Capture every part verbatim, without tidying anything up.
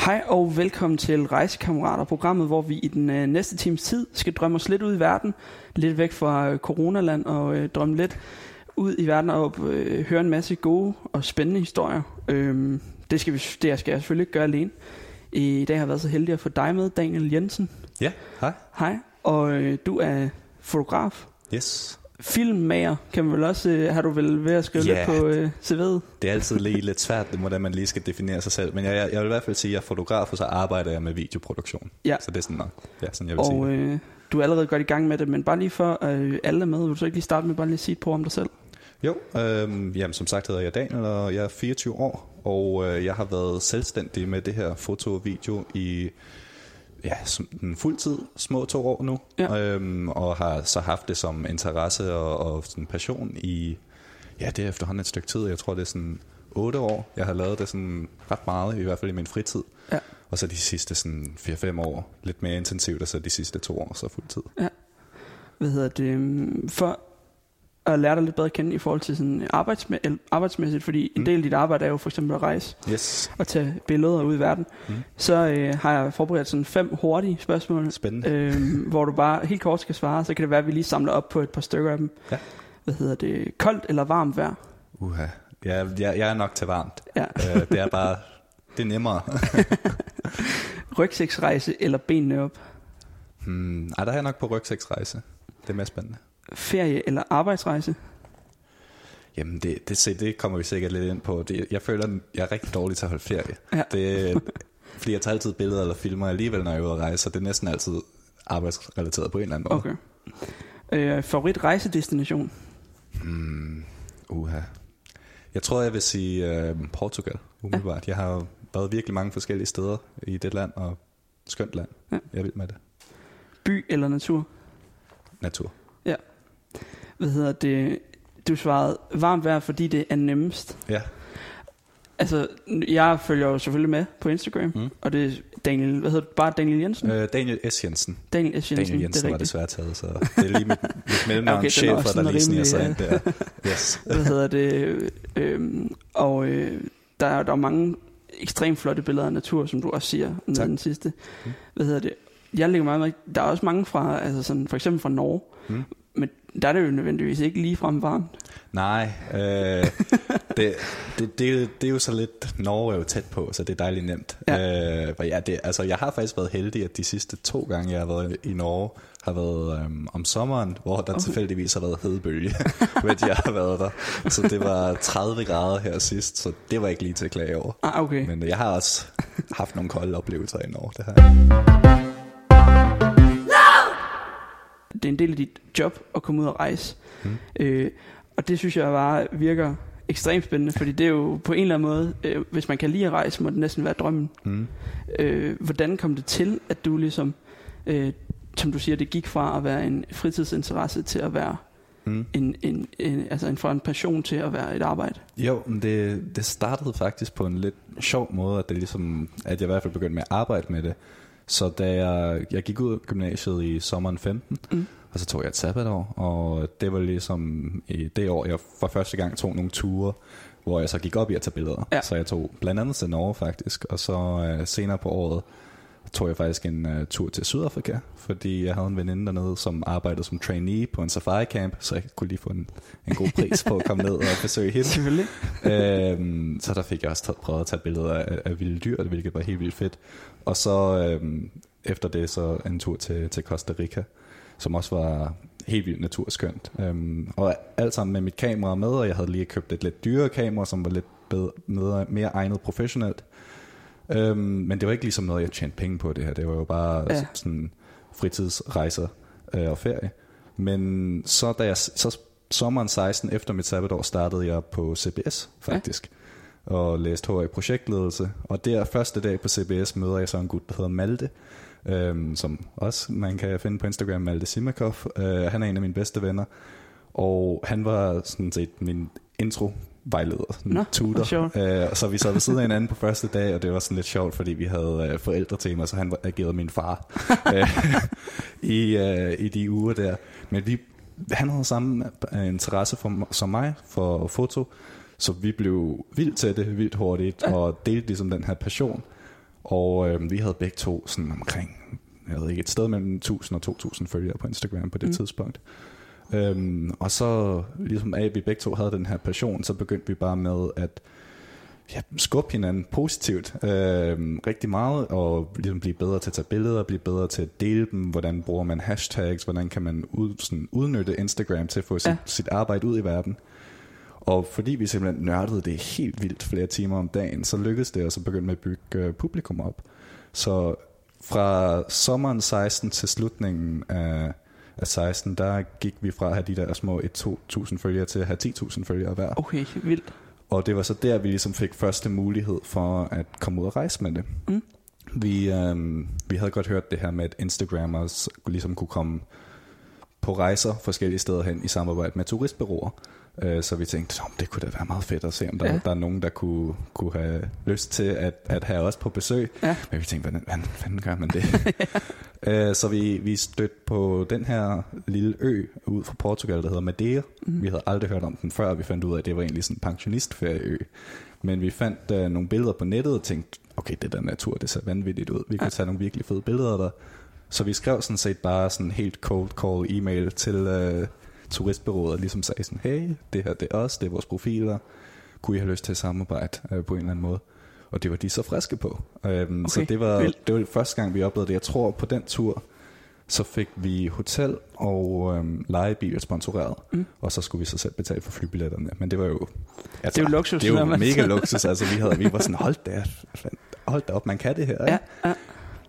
Hej og velkommen til Rejsekammerater, programmet, hvor vi i den øh, næste times tid skal drømme os lidt ud i verden, lidt væk fra øh, coronaland og øh, drømme lidt ud i verden og øh, høre en masse gode og spændende historier. Øhm, det, skal vi, det skal jeg selvfølgelig ikke gøre alene. I dag har jeg været så heldig at få dig med, Daniel Jensen. Ja, hej. Hej, og øh, du er fotograf. Yes. Filmmager kan man vel også, øh, har du vel ved at skrive yeah. lidt på øh, C V'et? Det er altid lige lidt svært, hvordan man lige skal definere sig selv. Men jeg, jeg, jeg vil i hvert fald sige, at jeg er fotograf, og så arbejder jeg med videoproduktion. Ja. Så det er sådan, nok, ja, sådan jeg vil og, sige det. Øh, du er allerede godt i gang med det, men bare lige for øh, alle med, vil du så ikke lige starte med bare lige at sige et par om dig selv? Jo, øh, jamen, som sagt hedder jeg Daniel, og jeg er fireogtyve år, og øh, jeg har været selvstændig med det her foto og video i ja, en fuldtid, små to år nu, ja. øhm, og har så haft det som interesse og, og sådan passion i, ja, det er efterhånden et stykke tid. Jeg tror, det er sådan otte år. Jeg har lavet det sådan ret meget, i hvert fald i min fritid. Ja. Og så de sidste sådan fire fem år lidt mere intensivt, og så de sidste to år så fuldtid. Ja. Hvad hedder det? For at lære dig lidt bedre at kende i forhold til sådan arbejdsmæ- arbejdsmæssigt, fordi en del af dit arbejde er jo for eksempel at rejse yes. og tage billeder ud i verden. Mm. Så øh, har jeg forberedt sådan fem hurtige spørgsmål, spændende, øh, hvor du bare helt kort skal svare. Så kan det være, at vi lige samler op på et par stykker af dem. Ja. Hvad hedder det? Koldt eller varmt vejr? Uha. Ja, jeg, jeg er nok til varmt. Ja. øh, det er bare, det er nemmere. Rygsæksrejse eller benene op? Hmm, ej, der er jeg nok på rygsæksrejse. Det er mere spændende. Ferie eller arbejdsrejse? Jamen det, det, det kommer vi sikkert lidt ind på. Det, jeg føler, jeg er rigtig dårlig til at holde ferie. Ja. Det, fordi jeg tager altid billeder eller filmer alligevel, når jeg er ude at rejse, så det er næsten altid arbejdsrelateret på en eller anden måde. Okay. Øh, favorit rejsedestination? Hmm, uha. Jeg tror, jeg vil sige øh, Portugal, umiddelbart. Ja. Jeg har været virkelig mange forskellige steder i det land, og skønt land. Ja. Jeg vil med det. By eller natur? Natur. Ja. Hvad hedder det? Du svarede varmt vejr, fordi det er nemmest. Ja. Altså, jeg følger jo selvfølgelig med på Instagram, mm. og det er Daniel, hvad hedder du? Bare Daniel Jensen? Øh, Daniel S. Jensen. Daniel S. Jensen, Daniel Jensen det var desværre taget, så det er lige mit, mit mellemnavn, okay, chefer, der lige sniger sig ind der. Yes. Hvad hedder det? Øhm, og øh, der, er, der er mange ekstremt flotte billeder af natur, som du også siger, med den sidste. Mm. Hvad hedder det? Jeg lægger meget med, der er også mange fra, altså sådan, for eksempel fra Norge, mm. men der er det jo nødvendigvis ikke ligefrem varmt. Nej, øh, det, det, det, det er jo så lidt, Norge er jo tæt på, så det er dejligt nemt. Ja. Øh, ja, det, altså, jeg har faktisk været heldig, at de sidste to gange, jeg har været i Norge, har været øhm, om sommeren, hvor der okay. tilfældigvis har været hedebølge, mens jeg har været der. Så det var tredive grader her sidst, så det var ikke lige til at klage over. Ah, okay. Men jeg har også haft nogle kolde oplevelser i Norge, det her. Det er en del af dit job at komme ud og rejse. Mm. Øh, og det synes jeg bare virker ekstremt spændende, fordi det er jo på en eller anden måde, øh, hvis man kan lide at rejse, må det næsten være drømmen. Mm. Øh, hvordan kom det til, at du ligesom, øh, som du siger, det gik fra at være en fritidsinteresse til at være mm. en, en, en, altså en, fra en passion til at være et arbejde? Jo, men det, det startede faktisk på en lidt sjov måde, at, det ligesom, at jeg i hvert fald begyndte med at arbejde med det. Så da jeg, jeg gik ud af gymnasiet i sommeren femten, mm. og så tog jeg et sabbatår, og det var ligesom i det år, jeg for første gang tog nogle ture, hvor jeg så gik op i at tage billeder. Ja. Så jeg tog blandt andet til Norge faktisk, og så uh, senere på året tog jeg faktisk en uh, tur til Sydafrika, fordi jeg havde en veninde dernede, som arbejdede som trainee på en safari camp, så jeg kunne lige få en, en god pris på at komme ned og besøge hende. Selvfølgelig. øhm, så der fik jeg også taget, prøvet at tage billeder af, af vilde dyr, hvilket var helt vildt fedt. Og så øhm, efter det så en tur til, til Costa Rica, som også var helt vildt naturskønt. Øhm, og alt sammen med mit kamera med, og jeg havde lige købt et lidt dyrere kamera, som var lidt bedre, mere, mere egnet professionelt. Øhm, men det var ikke ligesom noget, jeg tjente penge på det her. Det var jo bare ja. sådan fritidsrejser øh, og ferie. Men så da jeg så sommeren seksten efter mit sabbatår startede jeg på C B S faktisk. Ja. Og læste H R i projektledelse. Og der første dag på C B S møder jeg så en gut, der hedder Malte, øhm, som også man kan finde på Instagram, Malte Simakov. Øh, han er en af mine bedste venner. Og han var sådan set min intro vejleder, Nå, tutor. Øh, og så vi sad ved siden af hinanden på første dag, og det var sådan lidt sjovt, fordi vi havde øh, forældretema, så han agerede min far øh, i, øh, i de uger der. Men vi, han havde samme interesse for, som mig for foto, så vi blev vildt tætte, vildt hurtigt, ja. Og delte ligesom den her passion. Og øh, vi havde begge to sådan omkring, jeg ved ikke, et sted mellem tusind og to tusind følgere på Instagram på det mm. tidspunkt. Øhm, og så ligesom af vi begge to havde den her passion, så begyndte vi bare med at ja, skubbe hinanden positivt øhm, rigtig meget, og ligesom blive bedre til at tage billeder, blive bedre til at dele dem, hvordan bruger man hashtags, hvordan kan man ud, sådan, udnytte Instagram til at få sit, ja. sit arbejde ud i verden. Og fordi vi simpelthen nørdede det helt vildt flere timer om dagen, så lykkedes det, og så begyndte vi at bygge uh, publikum op. Så fra sommeren seksten til slutningen af, af seksten, der gik vi fra at have de der små et til to tusind følgere til at have ti tusind følgere hver. Okay, vildt. Og det var så der, vi ligesom fik første mulighed for at komme ud og rejse med det. Mm. Vi, øhm, vi havde godt hørt det her med, at Instagrammers ligesom kunne komme på rejser forskellige steder hen i samarbejde med turistbureauer. Uh, så vi tænkte, det kunne da være meget fedt at se, om der, ja. der er nogen, der kunne, kunne have lyst til at, at have os på besøg. Ja. Men vi tænkte, hvordan, hvordan fanden gør man det? ja. uh, så vi, vi stødte på den her lille ø ud fra Portugal, der hedder Madeira. Mm. Vi havde aldrig hørt om den før, vi fandt ud af, at det var egentlig sådan en pensionistferieø. Men vi fandt uh, nogle billeder på nettet og tænkte, okay, det der natur, det ser vanvittigt ud. Vi kan ja. tage nogle virkelig fede billeder der. Så vi skrev sådan set bare sådan helt cold call e-mail til Uh, turistbureauet, ligesom sagde sådan, hey, det her det er os, det er vores profiler, kunne I have lyst til at samarbejde øh, på en eller anden måde? Og det var de så friske på. Øhm, okay, så det var, det var første gang, vi oplevede det. Jeg tror, på den tur, så fik vi hotel og øhm, lejebil sponsoreret, mm. og så skulle vi så selv betale for flybilletterne. Men det var jo... Altså, det er jo luksus. Det er jo mega luksus. Altså, vi, havde, vi var sådan, hold da, hold da op, man kan det her. Ikke? Ja, ja.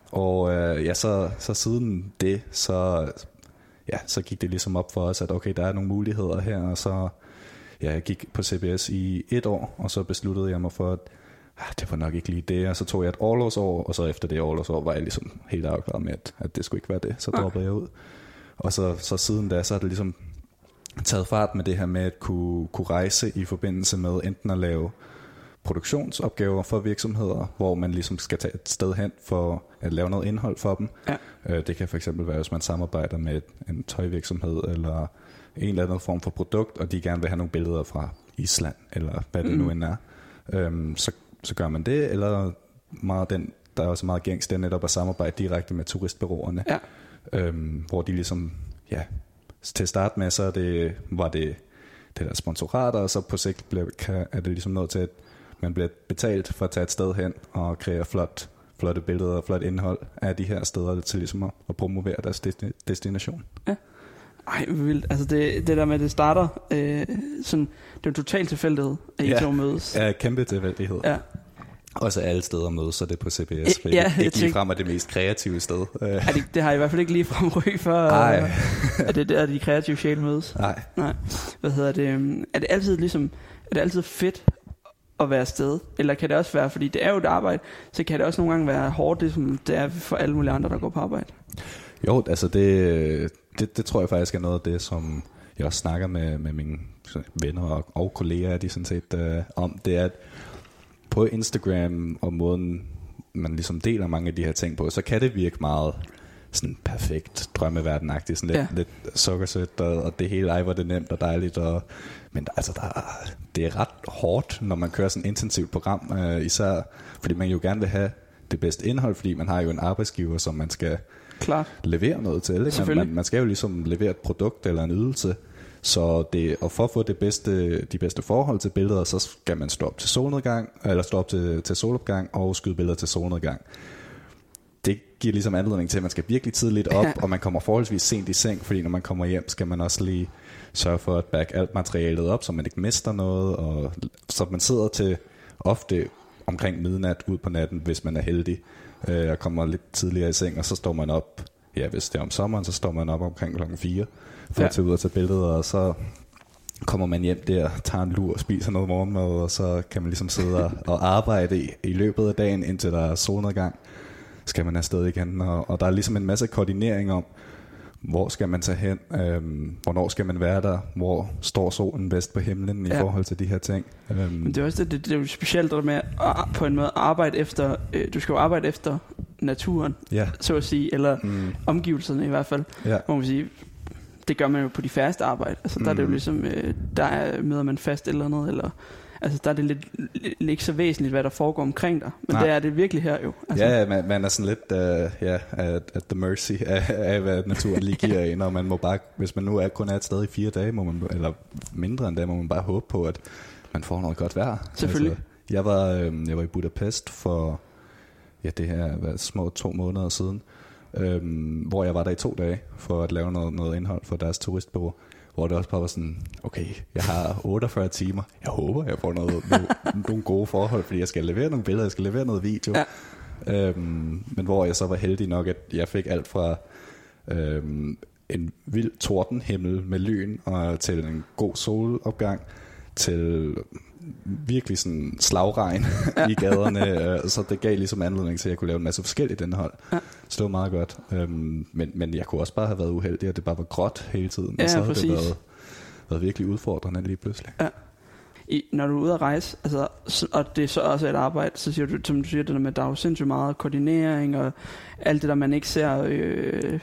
Og øh, ja, så, så siden det, så... Ja, så gik det ligesom op for os, at okay, der er nogle muligheder her, og så ja, jeg gik på C B S i et år, og så besluttede jeg mig for, at ah, det var nok ikke lige det, og så tog jeg et orlovsår, og så efter det orlovsår var jeg ligesom helt afklaret med, at, at det skulle ikke være det, så droppede jeg ud. Og så, så siden da, så har det ligesom taget fart med det her med at kunne, kunne rejse i forbindelse med enten at lave produktionsopgaver for virksomheder, hvor man ligesom skal tage et sted hen for at lave noget indhold for dem. Ja. Det kan for eksempel være, hvis man samarbejder med en tøjvirksomhed eller en eller anden form for produkt, og de gerne vil have nogle billeder fra Island, eller hvad det mm. nu end er. Øhm, så, så gør man det, eller meget den, der er også meget gængs, det er netop at samarbejde direkte med turistbureauerne, ja. øhm, hvor de ligesom, ja, til at starte med, så det, var det det der sponsorater, og så på sigt bliver, kan, er det ligesom noget til, at man bliver betalt for at tage et sted hen og kreere flot, flotte billeder og flot indhold af de her steder til ligesom at, at promovere deres destination. Ja. Ej, vildt. Altså det, det der med, at det starter øh, sådan, det er jo totalt tilfældighed, at I ja. to mødes. Ja, kæmpe tilfældighed. Ja. Også alle steder mødes, så det er på C B S. Ja, ja, ikke lige frem er det mest kreative sted. Ja, det, det har jeg i hvert fald ikke lige frem ryg for, øh, at det er der, de kreative sjæle mødes. Nej. Nej. Hvad hedder det? Er det altid ligesom, er det altid fedt at være afsted? Eller kan det også være, fordi det er jo et arbejde, så kan det også nogle gange være hårdt, det som det er for alle mulige andre, der går på arbejde? Jo, altså det, det, det tror jeg faktisk er noget af det, som jeg også snakker med, med mine venner og, og kolleger, de sådan set øh, om, det er, at på Instagram og måden, man ligesom deler mange af de her ting på, så kan det virke meget sådan perfekt, drømmeverdenagtigt, sådan lidt, ja. lidt sukkersødt, og, og det hele, ej, hvor det nemt og dejligt, og, men altså, der, det er ret hårdt, når man kører sådan et intensivt program, øh, især fordi man jo gerne vil have det bedste indhold, fordi man har jo en arbejdsgiver, som man skal Klar. levere noget til. Ikke? Man, man skal jo ligesom levere et produkt eller en ydelse, så det, og for at få det bedste, de bedste forhold til billeder, så skal man stå op til solnedgang, eller stå op til, til solopgang og skyde billeder til solnedgang. Det giver ligesom anledning til, at man skal virkelig tidligt op, ja. og man kommer forholdsvis sent i seng, fordi når man kommer hjem, skal man også lige sørge for at back alt materialet op, så man ikke mister noget, og så man sidder til ofte omkring midnat ud på natten, hvis man er heldig, øh, og kommer lidt tidligere i seng, og så står man op, ja, hvis det er om sommeren, så står man op omkring klokken fire, for ja. at tage ud og tage billeder, og så kommer man hjem der, tager en lur og spiser noget morgenmad, og så kan man ligesom sidde og arbejde i, i løbet af dagen, indtil der er solnedgang, skal man afsted igen, og, og der er ligesom en masse koordinering om, hvor skal man tage hen, øhm, hvornår skal man være der, hvor står solen bedst på himlen i ja. forhold til de her ting. Øhm. Men det er også det, det, det er jo specielt det med at på en måde arbejde efter, øh, du skal jo arbejde efter naturen, ja. så at sige, eller mm. omgivelserne i hvert fald, ja. hvor man sige, det gør man jo på de færreste arbejde, altså der mm. er det jo ligesom, øh, der er, møder man fast eller noget, eller altså der er det lidt, lidt ikke så væsentligt, hvad der foregår omkring dig. Men Nej. det er det virkelig her jo. Altså. Ja, man, man er sådan lidt uh, ja, at, at the mercy af, af, hvad naturen lige giver en, og man må bare, hvis man nu er, kun er et sted i fire dage, må man, eller mindre end det, må man bare håbe på, at man får noget godt vejr. Selvfølgelig. Altså, jeg, var, øh, jeg var i Budapest for, ja, det her var små to måneder siden, øh, hvor jeg var der i to dage for at lave noget, noget indhold for deres turistbureau. Hvor det også bare var sådan, okay, jeg har otteogfyrre timer. Jeg håber, jeg får noget, nogle, nogle gode forhold, fordi jeg skal levere nogle billeder, jeg skal levere noget video. Ja. Øhm, men hvor jeg så var heldig nok, at jeg fik alt fra øhm, en vild tordenhimmel med lyn og til en god solopgang til virkelig sådan slagregn ja. i gaderne, så det gav ligesom anledning til, at jeg kunne lave en masse forskelligt indhold. Ja. Så det var meget godt. Øhm, men, men jeg kunne også bare have været uheldig, at det bare var gråt hele tiden, ja, og så havde præcis. det været, været virkelig udfordrende lige pludselig. Ja. I, når du er ude at rejse, altså, og det er så også et arbejde, så siger du, som du siger, det der med, at der er jo sindssygt meget koordinering, og alt det der, man ikke ser øh,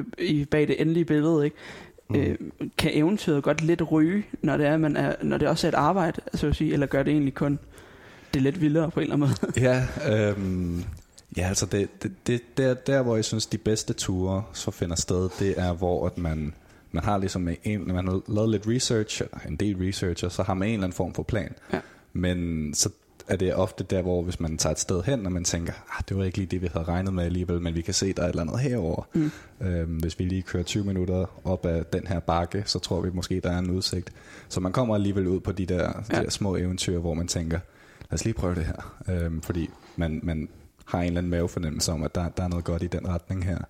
i bag det endelige billede, ikke? Mm. Øh, kan eventyret godt lidt ryge, når det er, man er, når det også er et arbejde, så at sige, eller gør det egentlig kun det lidt vildere på en eller anden måde? Ja, øhm, ja, altså det, det, det der, der, hvor jeg synes de bedste ture så finder sted, det er hvor at man man har ligesom en, man har lavet lidt research, en del research, og så har man en eller anden form for plan. Ja. Men så er det ofte der, hvor hvis man tager et sted hen, og man tænker, ah, det var ikke lige det, vi havde regnet med alligevel, men vi kan se, der er et eller andet herover. Mm. Øhm, hvis vi lige kører tyve minutter op ad den her bakke, så tror vi måske, der er en udsigt. Så man kommer alligevel ud på de der, ja. de der små eventyr, hvor man tænker, lad os lige prøve det her. Øhm, fordi man, man har en eller anden mavefornemmelse om, at der, der er noget godt i den retning her.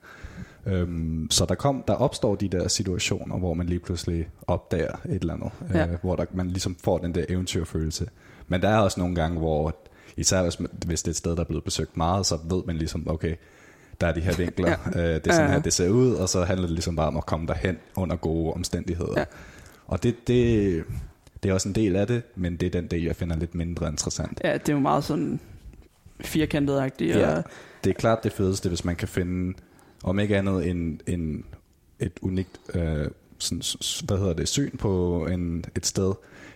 Øhm, så der, kom, der opstår de der situationer, hvor man lige pludselig opdager et eller andet, ja. øh, hvor der, man ligesom får den der eventyrfølelse. Men der er også nogle gange, hvor især hvis, hvis det er et sted, der er blevet besøgt meget, så ved man ligesom, okay, der er de her vinkler, ja. øh, det er sådan ja. her, det ser ud, og så handler det ligesom bare om at komme derhen under gode omstændigheder. Ja. Og det, det, det er også en del af det, men det er den del, jeg finder lidt mindre interessant. Ja, det er jo meget sådan firkantet-agtigt. Ja, og... det er klart det fedeste, hvis man kan finde, om ikke andet, en, en, et unikt øh, sådan, hvad hedder det, syn på en, et sted,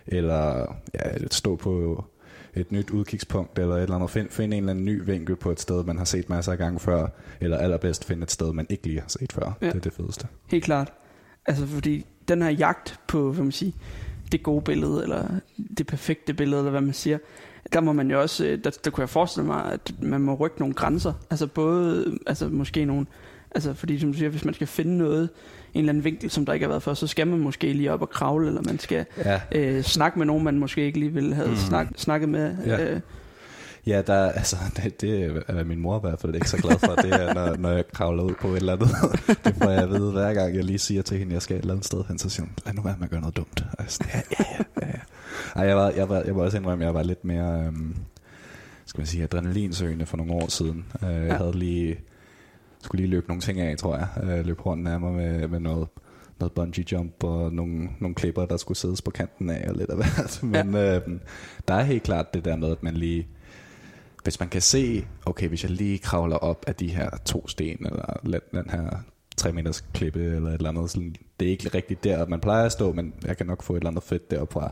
eller ja, stå på et nyt udkigspunkt, eller et eller andet, find, find en eller anden ny vinkel på et sted, man har set masser af gange før, eller allerbedst finde et sted, man ikke lige har set før. Ja. Det er det fedeste. Helt klart. Altså fordi den her jagt på, hvad man siger, det gode billede, eller det perfekte billede, eller hvad man siger, der må man jo også, der, der kunne jeg forestille mig, at man må rykke nogle grænser. Altså både, altså måske nogle, altså fordi som du siger, hvis man skal finde noget, en eller anden vinkel, som der ikke har været før, så skal man måske lige op og kravle, eller man skal ja. øh, snakke med nogen, man måske ikke lige ville have mm. snak, snakket med. Ja. Øh. Ja, der, altså, det, det er min mor i hvert fald ikke så glad for, det er, når, når jeg kravler ud på et eller andet. Det får jeg at vide hver gang, jeg lige siger til hende, jeg skal et eller andet sted hen, så siger hun, lad nu være med at gøre noget dumt. Altså, ja, ja, ja, ja. Ej, jeg var, jeg var, jeg var også indrømme, at jeg var lidt mere, øhm, skal man sige, adrenalinsøgende for nogle år siden. Uh, jeg ja. havde lige, skulle lige løbe nogle ting af, tror jeg. Uh, løb rundt af mig med, med noget, noget bungee jump og nogle, nogle klipper, der skulle siddes på kanten af og lidt af hvert. Men ja. øhm, der er helt klart det der med, at man lige, hvis man kan se, okay, hvis jeg lige kravler op af de her to sten, eller den her tre meters klippe, eller et eller andet, sådan, det er ikke rigtigt der, man plejer at stå, men jeg kan nok få et eller andet fedt deroppe fra.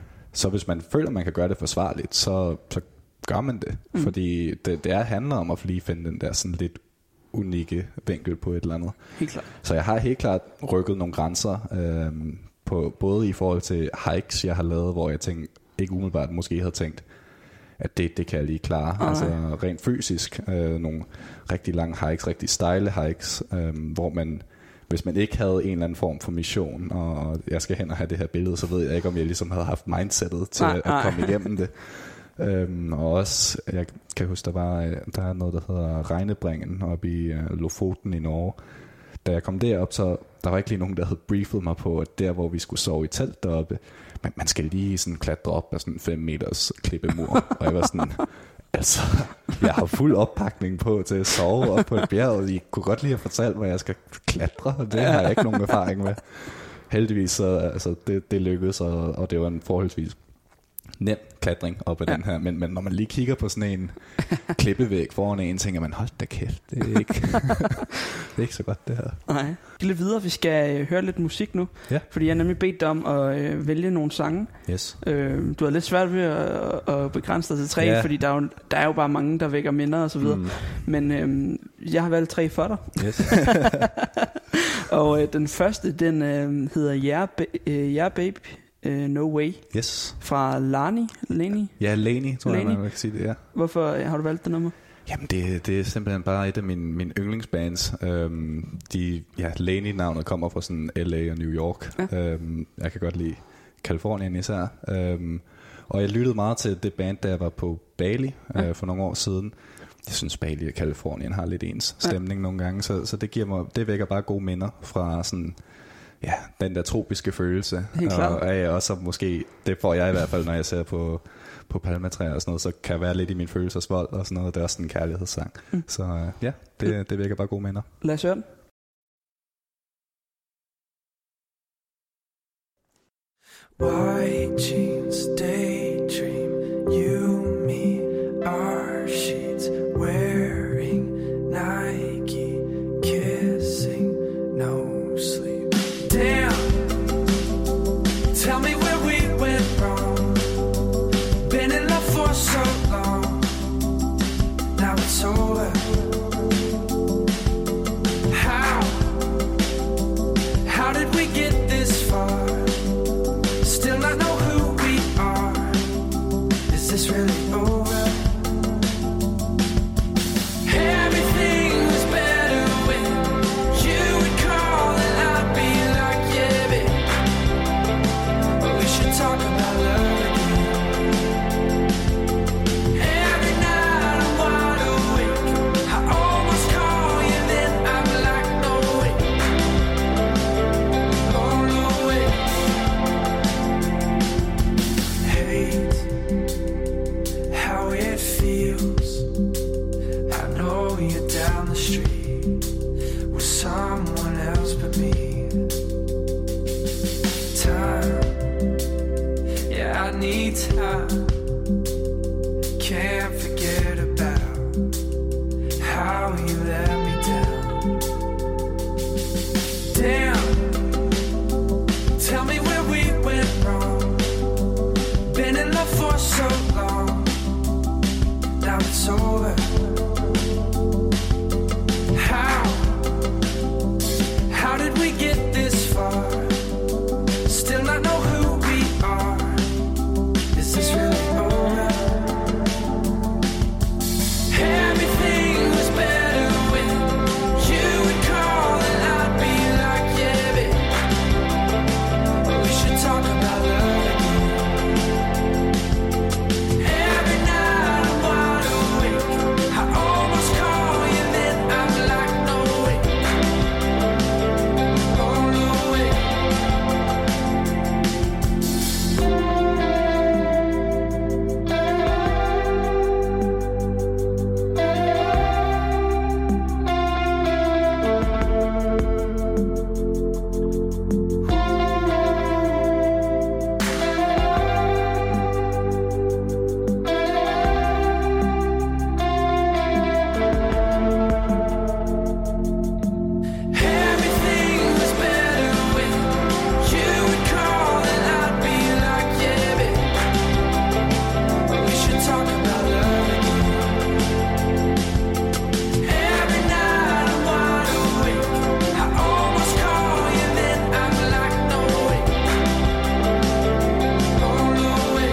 Så hvis man føler, man kan gøre det forsvarligt, så, så gør man det. Mm. Fordi det, det er, handler om at lige finde den der sådan lidt unikke vinkel på et eller andet. Helt klart. Så jeg har helt klart rykket nogle grænser, øhm, på, både i forhold til hikes, jeg har lavet, hvor jeg tænkte, ikke umiddelbart måske havde tænkt, at det, det kan jeg lige klare. Ah, altså rent fysisk, øh, nogle rigtig lange hikes, rigtig stejle hikes, øh, hvor man, hvis man ikke havde en eller anden form for mission, og jeg skal hen og have det her billede, så ved jeg ikke, om jeg ligesom havde haft mindsetet til ah, at komme ah. igennem det. Øhm, og også, jeg kan huske, der var der er noget, der hedder Regnebringen oppe i uh, Lofoten i Norge. Da jeg kom derop, så der var ikke lige nogen, der havde briefet mig på, at der, hvor vi skulle sove i telt deroppe, man, man skal lige sådan klatre op af sådan en fem meters klippemur. Og jeg var sådan, altså, jeg har fuld oppakning på til at sove op på et bjerg, og I kunne godt lige have fortalt mig, at jeg skal klatre, og det har jeg ikke nogen erfaring med. Heldigvis, så altså, det, det lykkedes, og, og det var en forholdsvis nem klatring op ad ja. den her, men, men når man lige kigger på sådan en klippevæg foran en, tænker man, hold da kæft, det er ikke, det er ikke så godt det her. Nej. Lidt videre, vi skal øh, høre lidt musik nu, ja. Fordi jeg har nemlig bedt dig om at øh, vælge nogle sange. Yes. Øh, du har lidt svært ved at, at begrænse dig til tre, ja. Fordi der er, jo, der er jo bare mange, der vækker minder og så videre. Mm. Men øh, jeg har valgt tre for dig. Yes. Og øh, den første, den øh, hedder Yeah, ba- uh, yeah Baby, uh, No Way. Yes. Fra Lani. Lani? Ja, Lani, tror Lani. jeg, man kan sige det, ja. Hvorfor har du valgt det nummer? Jamen, det, det er simpelthen bare et af mine, mine yndlingsbands. Øhm, de, ja, Lani-navnet kommer fra sådan L A og New York. Ja. Øhm, jeg kan godt lide Californien især. Øhm, og jeg lyttede meget til det band, da jeg var på Bali ja. øh, for nogle år siden. Jeg synes, Bali og Californien har lidt ens stemning ja. nogle gange, så, så det, giver mig, det vækker bare gode minder fra sådan, ja, den der tropiske følelse. Helt og, og, ja, og så måske, det får jeg i hvert fald, når jeg ser på, på palmetræer og sådan noget, så kan jeg være lidt i min følelsesvold og sådan noget. Det er også sådan en kærlighedssang. Mm. Så uh, ja, det, det vækker bare gode minder. Lad os høre den. White jeans, daydream, you, me, our sheets, wearing Nike, kissing, no sleep. Damn, tell me where we went wrong. Been in love for so long, now it's over. How, how did we get this far? Still not know who we are. Is this really over? Everything was better when you would call and I'd be like, yeah, babe, but we should talk about love again. Every night I'm wide awake, I almost call you, then I'm like, no way, oh no way. Hate how it feels. I know you're down the street with someone else but me. Time, yeah, I need time. Can't forget about how you let me down. Damn, tell me where we went wrong. Been in love for so long, now it's over. How, how did we get this far? Still not know who we are. Is this really over? Everything was better when you would call and I'd be like, yeah, babe, but we should talk about love again. Every night I'm wide awake, I almost call you, then I'm like, no way, oh no way. Everything was better when you would call and I'd be like, yeah, babe, but we should talk about love again. Every night I'm wide awake, I almost call you, then I'm like, no way, oh no way.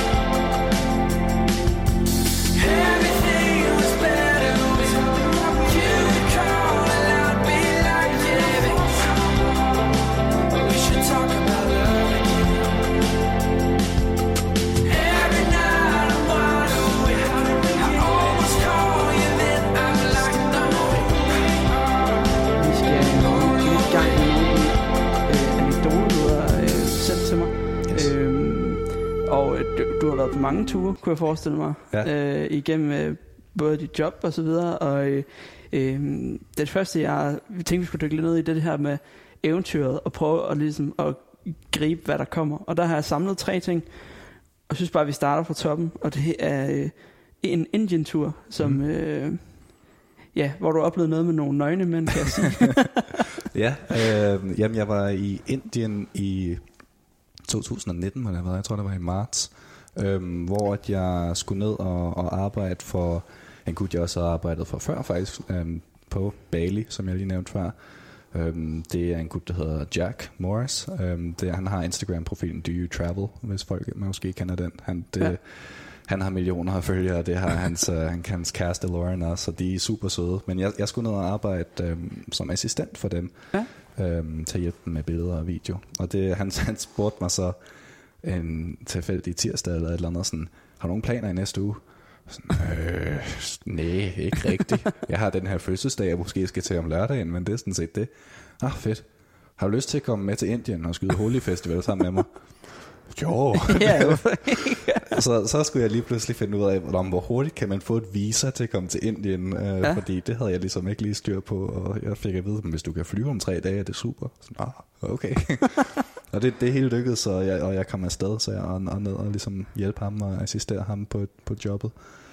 Everything was better when you would call and I'd be like, yeah, babe, but we should talk about love again. Every night I'm wide awake, I almost call you, then I'm like, no way. Vi skal i gang med nogle anekdoter, du har øh, sendt til mig. Yes. Øhm, og øh, du, du har været på mange ture, kunne jeg forestille mig, Ja. øh, igennem øh, både dit job og så videre. Og øh, øh, det første, jeg tænkte, vi skulle dykke lidt ned i, det, er det her med eventyret, og prøve at, ligesom, at gribe, hvad der kommer. Og der har jeg samlet tre ting. jeg synes bare, at vi starter fra toppen, og det er øh, en Indien-tur, som, mm. øh, ja, hvor du oplevede noget med nogle nøgne mænd, kan jeg sige. Ja, øh, jamen jeg var i Indien i to tusind nitten, må det have været. Jeg tror, det var i marts, øh, hvor at jeg skulle ned og, og arbejde for en gut, jeg også har arbejdet for før faktisk, øh, på Bali, som jeg lige nævnte før. Um, det er en gut, der hedder Jack Morris. Um, det, han har Instagram-profilen Do You Travel, hvis folk måske kender den. Han, det, ja. han har millioner af følgere, det har hans, uh, hans kæreste Lauren også, og de er super søde. Men jeg, jeg skulle ned og arbejde um, som assistent for dem, ja. um, til at hjælpe dem med billeder og video. Og det, han, han spurgte mig så en tilfældig tirsdag eller et eller andet sådan, har du nogle planer i næste uge? Sådan, øh, nej, ikke rigtigt. Jeg har den her fødselsdag, jeg måske skal til om lørdagen, men det er sådan set det. Ah, fedt. Har du lyst til at komme med til Indien og skyde Holi Festival sammen med mig? Jo. så, så skulle jeg lige pludselig finde ud af, hvor hurtigt kan man få et visa til at komme til Indien, øh, ja. Fordi det havde jeg ligesom ikke lige styr på, og jeg fik at vide, at hvis du kan flyve om tre dage, er det super. Sådan, ah, okay. Og det, det hele lykkedes, og jeg, og jeg kom afsted, så jeg og, og ned og ligesom hjælpe ham og assistere ham på, på jobbet.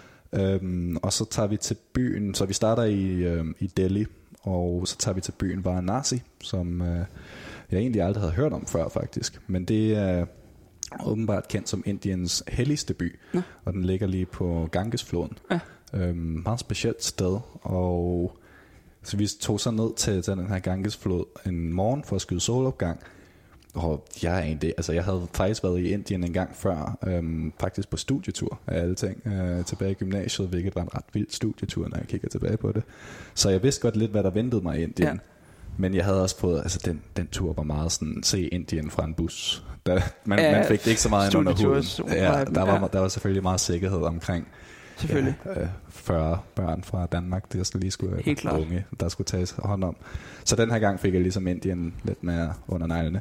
Øhm, og så tager vi til byen, så vi starter i, øhm, i Delhi, og så tager vi til byen Varanasi, som øh, jeg egentlig aldrig havde hørt om før faktisk. Men det er åbenbart kendt som Indiens helligste by, ja. Og den ligger lige på Gangesfloden. Ja. Øhm, meget specielt sted, og så vi tog så ned til, til den her Gangesflod en morgen for at skyde solopgang. Og jeg er egentlig, altså jeg havde faktisk været i Indien en gang før, øhm, faktisk på studietur af alle ting, øh, tilbage i gymnasiet, hvilket var en ret vild studietur, når jeg kigger tilbage på det. Så jeg vidste godt lidt, hvad der ventede mig i Indien. Ja. Men jeg havde også fået, altså den, den tur var meget sådan, se Indien fra en bus. Der, man, ja, man fik det ikke så meget ind under huden. Ja, der, var, ja. der var selvfølgelig meget sikkerhed omkring. Selvfølgelig. Ja, øh, fyrre børn fra Danmark, der skulle lige skulle være unge, der skulle tages hånd om. Så den her gang fik jeg ligesom Indien lidt mere under neglene.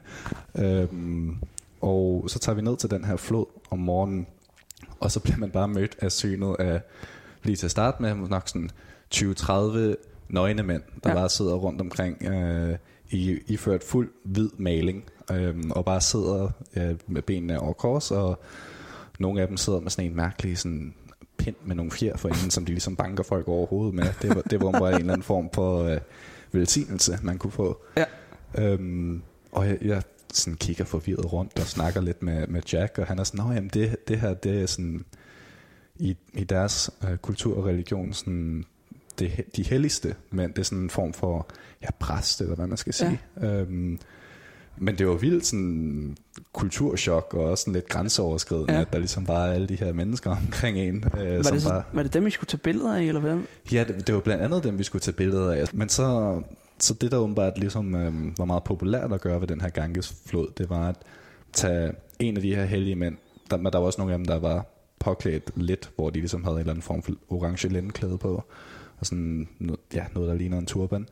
Øhm, og så tager vi ned til den her flod om morgenen, og så bliver man bare mødt af synet af, lige til at starte med, nok sådan tyve til tredive nøgne mænd, der ja. bare sidder rundt omkring øh, i, iført fuld hvid maling, øh, og bare sidder øh, med benene over kors, og nogle af dem sidder med sådan en mærkelig sådan pind med nogle fjer for enden, som de ligesom banker folk over hovedet med. Det var, det var bare en eller anden form for øh, velsignelse, man kunne få. Ja. Øhm, og jeg, jeg sådan kigger forvirret rundt og snakker lidt med, med Jack, og han er sådan, nå jamen det, det her, det er sådan, i, i deres øh, kultur og religion, sådan, det, de helligste, men det er sådan en form for, ja, præst, eller hvad man skal sige. Ja. Øhm, Men det var vildt sådan kulturschok og også sådan lidt grænseoverskridende, ja. At der ligesom var alle de her mennesker omkring en. Øh, var, som det så, bare, var det dem, vi skulle tage billeder af, eller hvad? Ja, det, det var blandt andet dem, vi skulle tage billeder af. Men så, så det, der åbenbart ligesom øh, var meget populært at gøre ved den her Gangesflod, det var at tage en af de her hellige mænd, der, men der var også nogle af dem, der var påklædt lidt, hvor de ligesom havde en eller anden form for orange lændeklæde på, og sådan ja, noget, der ligner en turban.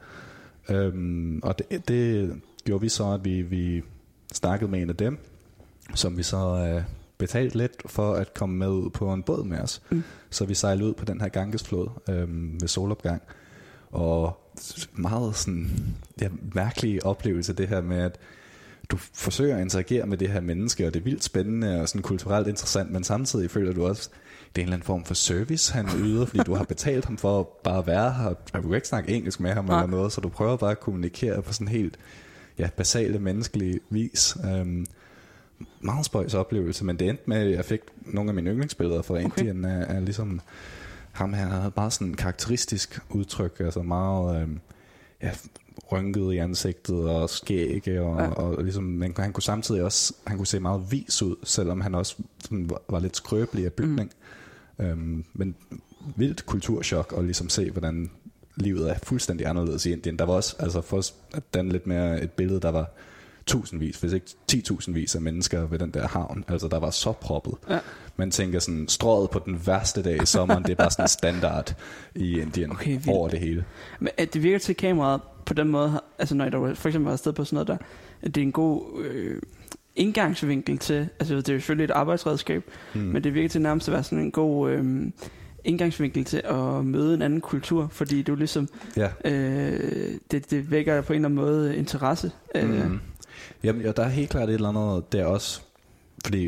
Øhm, og det, det gjorde vi så, at vi, vi snakkede med en af dem, som vi så øh, betalte lidt for at komme med ud på en båd med os. Mm. Så vi sejlede ud på den her Gangesflod øh, ved solopgang. Og meget sådan ja, mærkelig oplevelse det her med, at du forsøger at interagere med det her menneske, og det er vildt spændende og sådan kulturelt interessant, men samtidig føler du også, det er en eller anden form for service, han yder, fordi du har betalt ham for at bare være her, og du kan ikke snakke engelsk med ham eller noget, så du prøver bare at kommunikere på sådan helt ja, basale menneskelige vis. Um, meget spøjs oplevelse, men det endte med, at jeg fik nogle af mine yndlingsbilleder fra okay. Indien, er, er ligesom ham her, havde bare sådan en karakteristisk udtryk, altså meget øhm, ja, rynket i ansigtet og skægge, og, ja. og, og ligesom, men han kunne samtidig også, han kunne se meget vis ud, selvom han også sådan, var, var lidt skrøbelig af bygning. Mm. Øhm, men vildt kulturschok, og ligesom se, hvordan livet er fuldstændig anderledes i Indien. Der var også, altså for at danne lidt mere et billede, der var tusindvis, hvis ikke ti tusindvis af mennesker ved den der havn. Altså der var så proppet. Ja. Man tænker sådan, strøget på den værste dag i sommeren, det er bare sådan standard i Indien okay, over det hele. Men at det virker til kameraet på den måde, altså når jeg for eksempel var afsted på sådan noget der, at det er en god øh, indgangsvinkel til, altså det er jo selvfølgelig et arbejdsredskab, hmm. men det virker til nærmest at være sådan en god øh, indgangsvinkel til at møde en anden kultur, fordi du ligesom ja. øh, det, det vækker på en eller anden måde interesse. Mm. Jamen, ja, der er helt klart et eller andet der også, fordi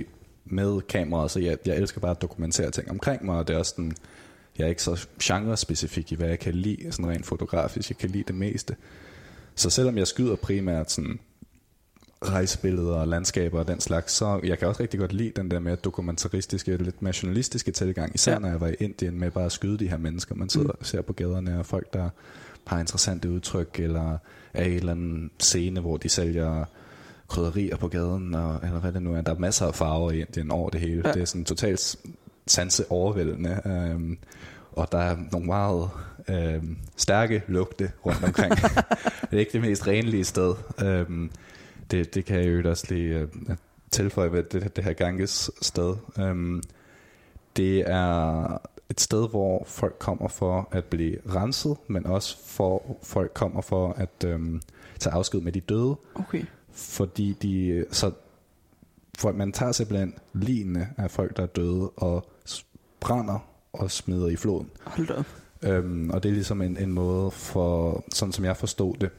med kameraet, så jeg, jeg elsker bare at dokumentere ting omkring mig, og det er også sådan, jeg er ikke så genrespecifik i, hvad jeg kan lide, sådan rent fotografisk, jeg kan lide det meste. Så selvom jeg skyder primært sådan rejsebilleder og landskaber og den slags, så jeg kan også rigtig godt lide den der mere dokumentaristiske, lidt mere journalistiske tilgang, især ja. når jeg var i Indien med bare at skyde de her mennesker, man sidder mm. og ser på gaderne, og folk, der har interessante udtryk, eller er i en eller anden scene, hvor de sælger krydderier på gaden, og, eller hvad det nu er. Der er masser af farver i Indien over det hele. Ja. Det er sådan totalt sanse overvældende, øhm, og der er nogle meget øhm, stærke lugte rundt omkring. Det er ikke det mest renlige sted. Øhm, det, det kan jeg jo også lige øh, tilføje ved det, det her Ganges sted. Øhm, det er et sted, hvor folk kommer for at blive renset, men også for folk kommer for at øhm, tage afsked med de døde. Okay. Fordi de så for man tager simpelthen ligene af folk, der er døde, og brænder og smider i floden. Hold da op. Øhm, og det er ligesom en, en måde for, sådan som jeg forstod det,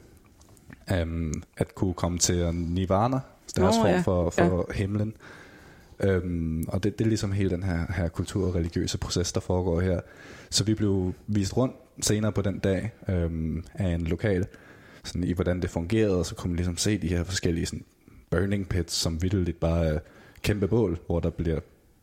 øhm, at kunne komme til nirvana, deres form ja. for, for ja. himlen. Øhm, og det, det er ligesom hele den her, her kultur- og religiøse proces, der foregår her. Så vi blev vist rundt senere på den dag øhm, af en lokal, sådan i hvordan det fungerede, og så kunne man ligesom se de her forskellige sådan, burning pits, som vitterligt bare er kæmpe bål, hvor der bliver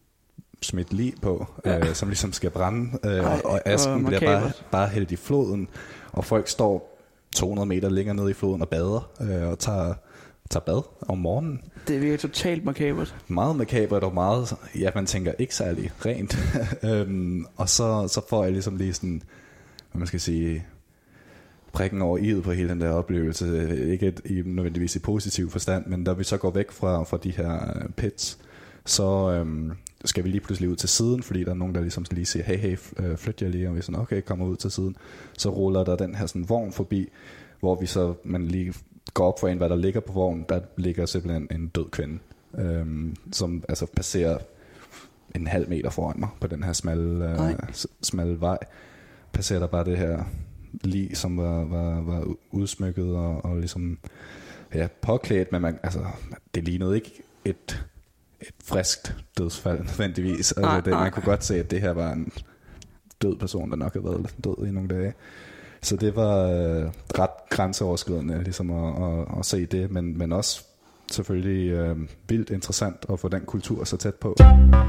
smidt lig på, ja. øh, som ligesom skal brænde, øh, Ej, og asken bliver bare, bare hældt i floden, og folk står to hundrede meter længere nede i floden og bader, øh, og tager, tager bad om morgenen. Det virker totalt makabert. Meget makabert og meget, ja, man tænker ikke særlig rent. øhm, og så, så får jeg ligesom lige sådan, hvad man skal sige, prikken over i'et på hele den der oplevelse, ikke i, nødvendigvis i positiv forstand, men da vi så går væk fra, fra de her pits, så øhm, skal vi lige pludselig ud til siden, fordi der er nogen, der ligesom lige siger, hey, hey, flyt jer lige, og vi er sådan, okay, kommer ud til siden. Så ruller der den her sådan vogn forbi, hvor vi så, man lige går op for en, hvad der ligger på vognen, der ligger simpelthen en død kvinde, øhm, som altså passerer en halv meter foran mig på den her smalle, øh, smalle vej. Passerer der bare det her lig, som var, var, var udsmykket og, og ligesom ja, påklædt, men man, altså, det lignede ikke et, et friskt dødsfald nødvendigvis. Altså, nej, det, man kunne godt se, at det her var en død person, der nok havde været død i nogle dage. Så det var øh, ret grænseoverskridende ligesom at, at, at se det, men, men også selvfølgelig øh, vildt interessant at få den kultur så tæt på.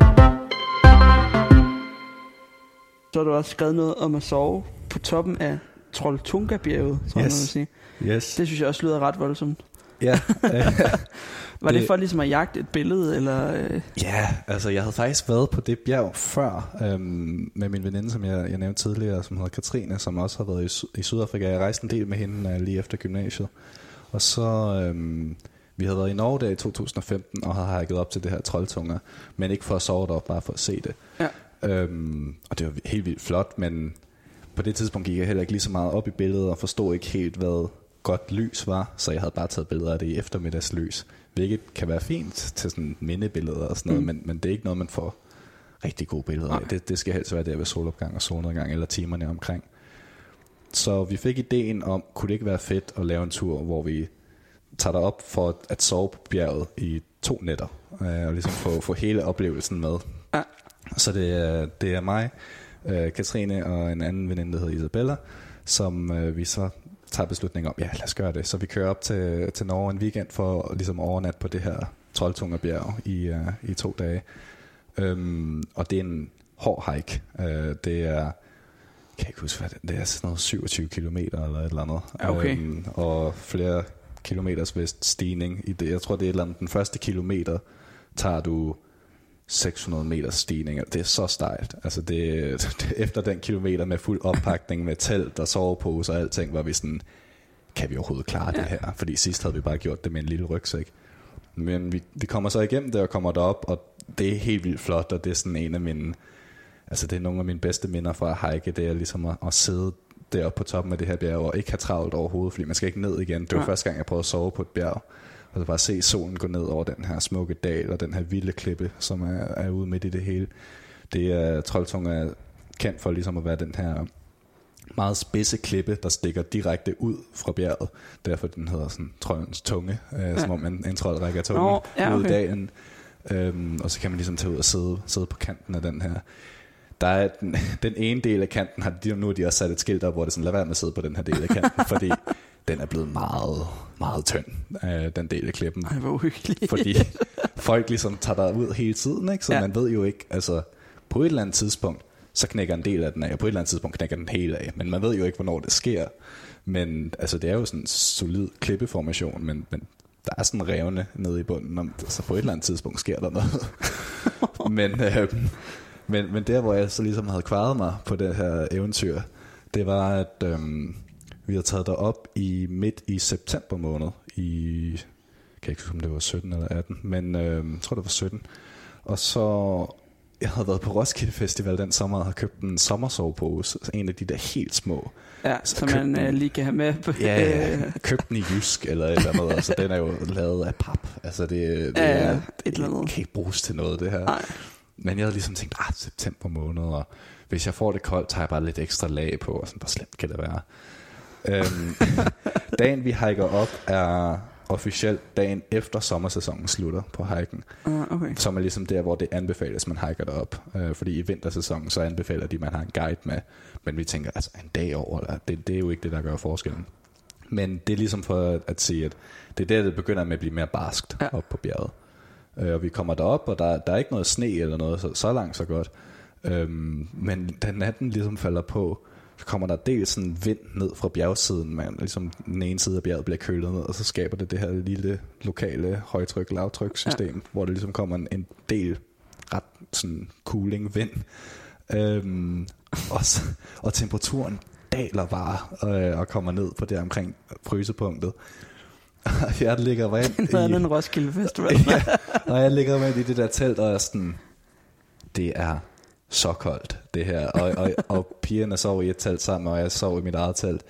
Så har du også skrevet noget om at sove på toppen af Trolltunga-bjerget, som yes. man vil sige. Yes. Det synes jeg også lyder ret voldsomt. Ja. Var det, det for ligesom at jagte et billede, eller? Ja, altså jeg havde faktisk været på det bjerg før, øhm, med min veninde, som jeg, jeg nævnte tidligere, som hedder Katrine, som også har været i, Sy- i Sydafrika. Jeg rejste en del med hende uh, lige efter gymnasiet. Og så, øhm, vi havde været i Norge der i to tusind og femten, og havde hikket op til det her Trolltunga, men ikke for at sove deroppe, bare for at se det. Ja. Øhm, og det var helt vildt flot, men på det tidspunkt gik jeg heller ikke lige så meget op i billedet, og forstod ikke helt, hvad godt lys var, så jeg havde bare taget billeder af det i eftermiddagslys, hvilket kan være fint til sådan mindebilleder og sådan noget, mm. men, men det er ikke noget, man får rigtig gode billeder af. Det, det skal helst være der ved solopgang og solnedgang, eller timerne omkring. Så vi fik ideen om, kunne det ikke være fedt at lave en tur, hvor vi tager derop for at sove på bjerget i to nætter, øh, og ligesom få, få hele oplevelsen med. Ja. Så det er, det er mig, øh, Katrine og en anden veninde, der hedder Isabella, som øh, vi så tager beslutning om, ja, lad os gøre det. Så vi kører op til, til Norge en weekend for ligesom overnat på det her Trolltunga-bjerg i, uh, i to dage. Um, og det er en hård hike. Uh, det er, kan jeg ikke huske, hvad det, det er, sådan noget syvogtyve kilometer eller et eller andet. Okay. Um, og flere kilometers vist stigning i det. Jeg tror, det er et eller andet. Den første kilometer tager du seks hundrede meter stigning. Det er så stejlt. Altså det, det, efter den kilometer med fuld oppakning med telt og sovepose og alting, var vi sådan, kan vi overhovedet klare ja. det her? Fordi sidst havde vi bare gjort det med en lille rygsæk. Men vi, vi kommer så igennem det og kommer derop, og det er helt vildt flot, og det er sådan en af mine, altså det er nogle af mine bedste minder fra at hike, det er ligesom at, at sidde deroppe på toppen af det her bjerg og ikke have travlt overhovedet, fordi man skal ikke ned igen. Det var ja. første gang, jeg prøvede at sove på et bjerg. Og så bare se solen gå ned over den her smukke dal og den her vilde klippe, som er, er ude midt i det hele. Det er Trolltunga er kendt for ligesom at være den her meget spidse klippe, der stikker direkte ud fra bjerget. Derfor den hedder sådan troldens tunge, øh, ja. som om en, en trold rækker tungen oh, ja, okay. ud i dalen. øhm, og så kan man ligesom tage ud og sidde, sidde på kanten af den her. Der er den, den ene del af kanten, har de, nu har de også sat et skilt op, hvor det sådan, lad være med at sidde på den her del af kanten, fordi den er blevet meget, meget tynd, øh, den del af klippen. Ej, hvor uhyggeligt. Fordi folk ligesom tager der ud hele tiden, ikke? Så ja. Man ved jo ikke, altså på et eller andet tidspunkt, så knækker en del af den af, og på et eller andet tidspunkt knækker den hele af, men man ved jo ikke, hvornår det sker. Men altså, det er jo sådan en solid klippeformation, men, men der er sådan revne nede i bunden, så på et eller andet tidspunkt sker der noget. men, øh, men, men der, hvor jeg så ligesom havde kvaret mig på det her eventyr, det var, at øh, vi havde taget derop i midt i september måned, i, jeg kan ikke huske, om det var sytten eller atten, men øh, jeg tror, det var sytten. Og så, jeg havde været på Roskilde Festival den sommer, og havde købt en sommersovepose, en af de der helt små. Ja, så man den, lige kan have med på. Ja, ja, købt den i Jysk eller et eller andet, altså den er jo lavet af pap. Altså det, det, ja, er, et eller andet. Det kan ikke bruges til noget, det her. Nej. Men jeg havde ligesom tænkt, ah, september måned, og hvis jeg får det koldt, tager jeg bare lidt ekstra lag på, og sådan, hvor slemt kan det være. øhm, dagen vi hiker op er officielt dagen efter sommersæsonen slutter på hiken. Uh, okay. Som er ligesom der, hvor det anbefales, man hiker derop. Øh, fordi i vintersæsonen, så anbefaler de, at man har en guide med. Men vi tænker, altså en dag over, det, det er jo ikke det, der gør forskellen. Men det er ligesom for at sige, at det er der, det begynder med at blive mere barskt ja. Op på bjerget. Øh, og vi kommer derop, og der, der er ikke noget sne eller noget, så, så langt så godt. Øhm, men da natten ligesom falder på, så kommer der dels sådan vind ned fra bjergsiden, man ligesom den ene side af bjerget bliver kølet ned, og så skaber det det her lille lokale højtryk lavtryk system, ja. Hvor det ligesom kommer en, en del ret sådan cooling vind, øhm, og, så, og temperaturen daler bare øh, og kommer ned på det omkring frysepunktet. Jeg ligger vand i en Roskilde Festival. Ja, og jeg ligger vand i det der telt, og er sådan, det er så koldt det her, og, og, og pigerne sov i et telt sammen, og jeg sov i mit eget telt,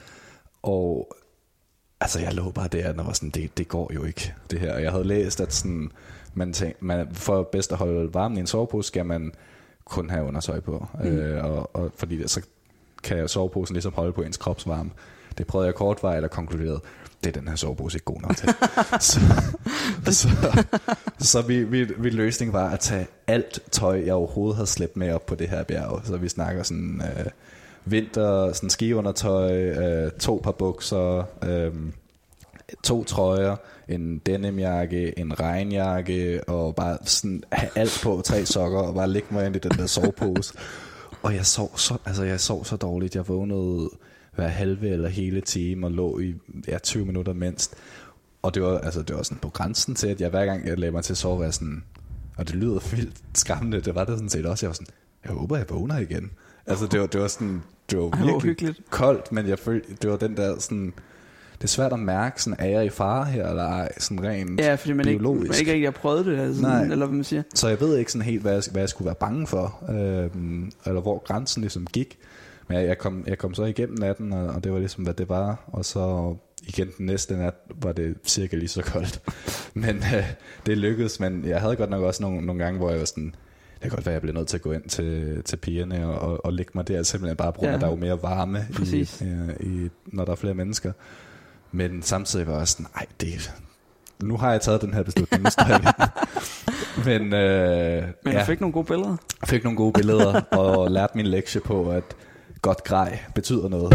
og altså jeg lå bare der, og var sådan, det, det går jo ikke det her, og jeg havde læst, at sådan, man tænkte, man, for bedst at holde varmen i en sovepose, skal man kun have undertøj på, mm. øh, og, og fordi det, så kan soveposen ligesom holde på ens kropsvarme. Det prøvede jeg kortvarigt og konkluderede, det er den her sovepose ikke god nok til. så så, så vi, vi, vi løsning var at tage alt tøj, jeg overhovedet havde slæbt med op på det her bjerg. Så vi snakker sådan øh, vinter, sådan skiundertøj, øh, to par bukser, øh, to trøjer, en denimjakke, en regnjakke, og bare sådan have alt på, tre sokker, og bare lægge mig ind i den der sovepose. Og jeg sov så, altså jeg sov så dårligt. Jeg vågnede hver halve eller hele time og lå i ja, tyve minutter mindst. Og det var, altså, det var sådan på grænsen til, at jeg hver gang jeg lagde mig til at sove, var sådan, og det lyder vildt skræmmende, det var det sådan set også. Jeg var sådan, jeg håber, jeg vågner igen. Altså det var, det var sådan, det var virkelig Ej, koldt, men jeg følte, det var den der sådan, det er svært at mærke, sådan, er jeg i fare her, eller ej, sådan rent ja, fordi man biologisk. Ikke, man ikke rigtig har prøvet det, altså, sådan, eller hvad man siger. Så jeg ved ikke sådan helt, hvad jeg, hvad jeg skulle være bange for, øhm, eller hvor grænsen ligesom gik. Men jeg, jeg, kom, jeg kom så igennem natten, og, og det var ligesom, hvad det var. Og så igen den næste nat var det cirka lige så koldt. Men øh, det lykkedes, men jeg havde godt nok også nogle, nogle gange, hvor jeg var sådan, det kan godt være, jeg blev nødt til at gå ind til, til pigerne og, og, og lægge mig der, simpelthen bare på grund af, ja. Der er jo mere varme, i, i, i, når der er flere mennesker. Men samtidig var jeg sådan, ej, det, nu har jeg taget den her beslutning. men øh, men du ja, fik nogle gode billeder. Jeg fik nogle gode billeder, og lærte min lektie på, at godt grej betyder noget.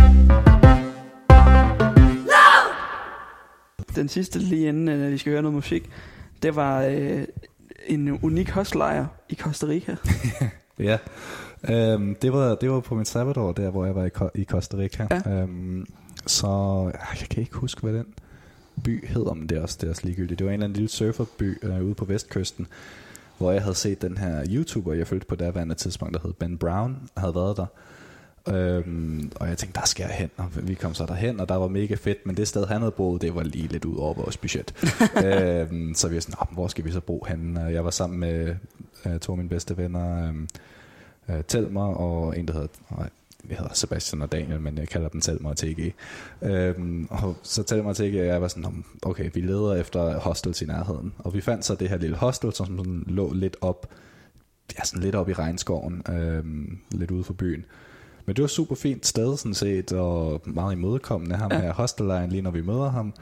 Den sidste lige inden øh, vi skal høre noget musik, det var øh, en unik hostlejr i Costa Rica. Ja, øhm, det, var, det var på mit sabbatår, der hvor jeg var i, i Costa Rica. Ja. Øhm, så jeg kan ikke huske, hvad den by hedder, men det er også, det er også ligegyldigt. Det var en eller anden lille surferby øh, ude på vestkysten, hvor jeg havde set den her YouTuber, jeg følte på daværende tidspunkt, der hed Ben Brown, havde været der. Øhm, og jeg tænkte, der skal jeg hen, og vi kom så derhen, og der var mega fedt, men det sted han havde boet, det var lige lidt ud over vores budget. øhm, så vi var sådan, hvor skal vi så bo henne? Jeg var sammen med øh, to af mine bedste venner, øh, Telmer og en der hedder, nej, vi hedder Sebastian og Daniel, men jeg kalder dem Telmer og T G. Øhm, og så Telmer og T G, og jeg var sådan, okay, vi leder efter hostels i nærheden, og vi fandt så det her lille hostel, som sådan lå lidt op, ja, sådan lidt op i regnskoven, øhm, lidt ude for byen. Men det var et super fint sted sådan set, og meget imødekommende ham ja. Her hostellejen, lige når vi møder ham.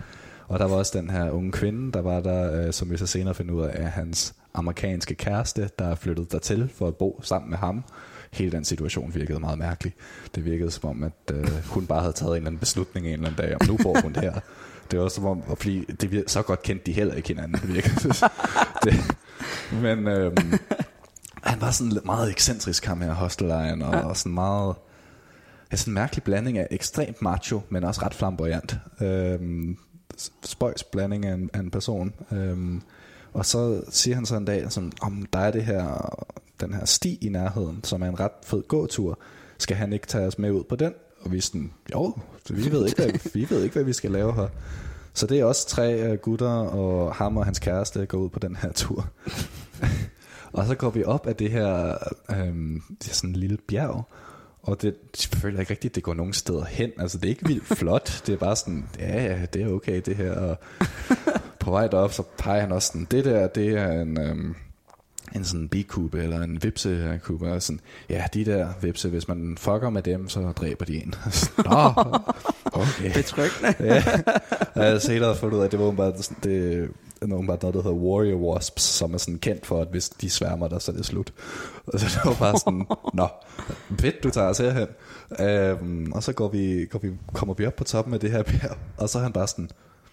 Og der var også den her unge kvinde, der var der, øh, som vi så senere finder ud af, hans amerikanske kæreste, der er flyttet dertil for at bo sammen med ham. Hele den situation virkede meget mærkelig. Det virkede som om, at øh, hun bare havde taget en eller anden beslutning en eller anden dag, om nu bor hun her. Det var som om, fordi det virkede, så godt kendte de heller ikke hinanden. Det virkede. det, men øhm, han var sådan meget ekscentrisk, ham her hostelejeren, og, ja. og sådan meget... Ja, sådan en mærkelig blanding af ekstremt macho, men også ret flamboyant. Øhm, spøjs blanding af en, af en person. Øhm, og så siger han så en dag, som, om der er det her, den her sti i nærheden, som er en ret fed gåtur. Skal han ikke tage os med ud på den? Og vi er sådan, jo, vi ved ikke, hvad, vi ved ikke, hvad vi skal lave her. Så det er også tre gutter, og ham og hans kæreste går ud på den her tur. Og så går vi op af det her, øhm, det er sådan en lille bjerg. Og det jeg føler ikke rigtigt, at det går nogen steder hen. Altså det er ikke vildt flot. Det er bare sådan, ja, ja, det er okay det her. Og på vej derop, så peger han også sådan, det der, det er en, øhm, en sådan bikube, eller en vipsekube. Og sådan, ja, de der vipse, hvis man fucker med dem, så dræber de en. Nå, okay. Betryggende. Ja, og jeg har senere fundet ud af, at det var bare sådan, det nogen bare noget, der hedder warrior wasps, som er sådan kendt for, at hvis de sværmer der, så er det slut. Og så det var bare sådan, nå, fedt, du tager os herhen. Øhm, og så går vi, går vi, kommer vi op på toppen af det her bjerg, og så er han bare sådan,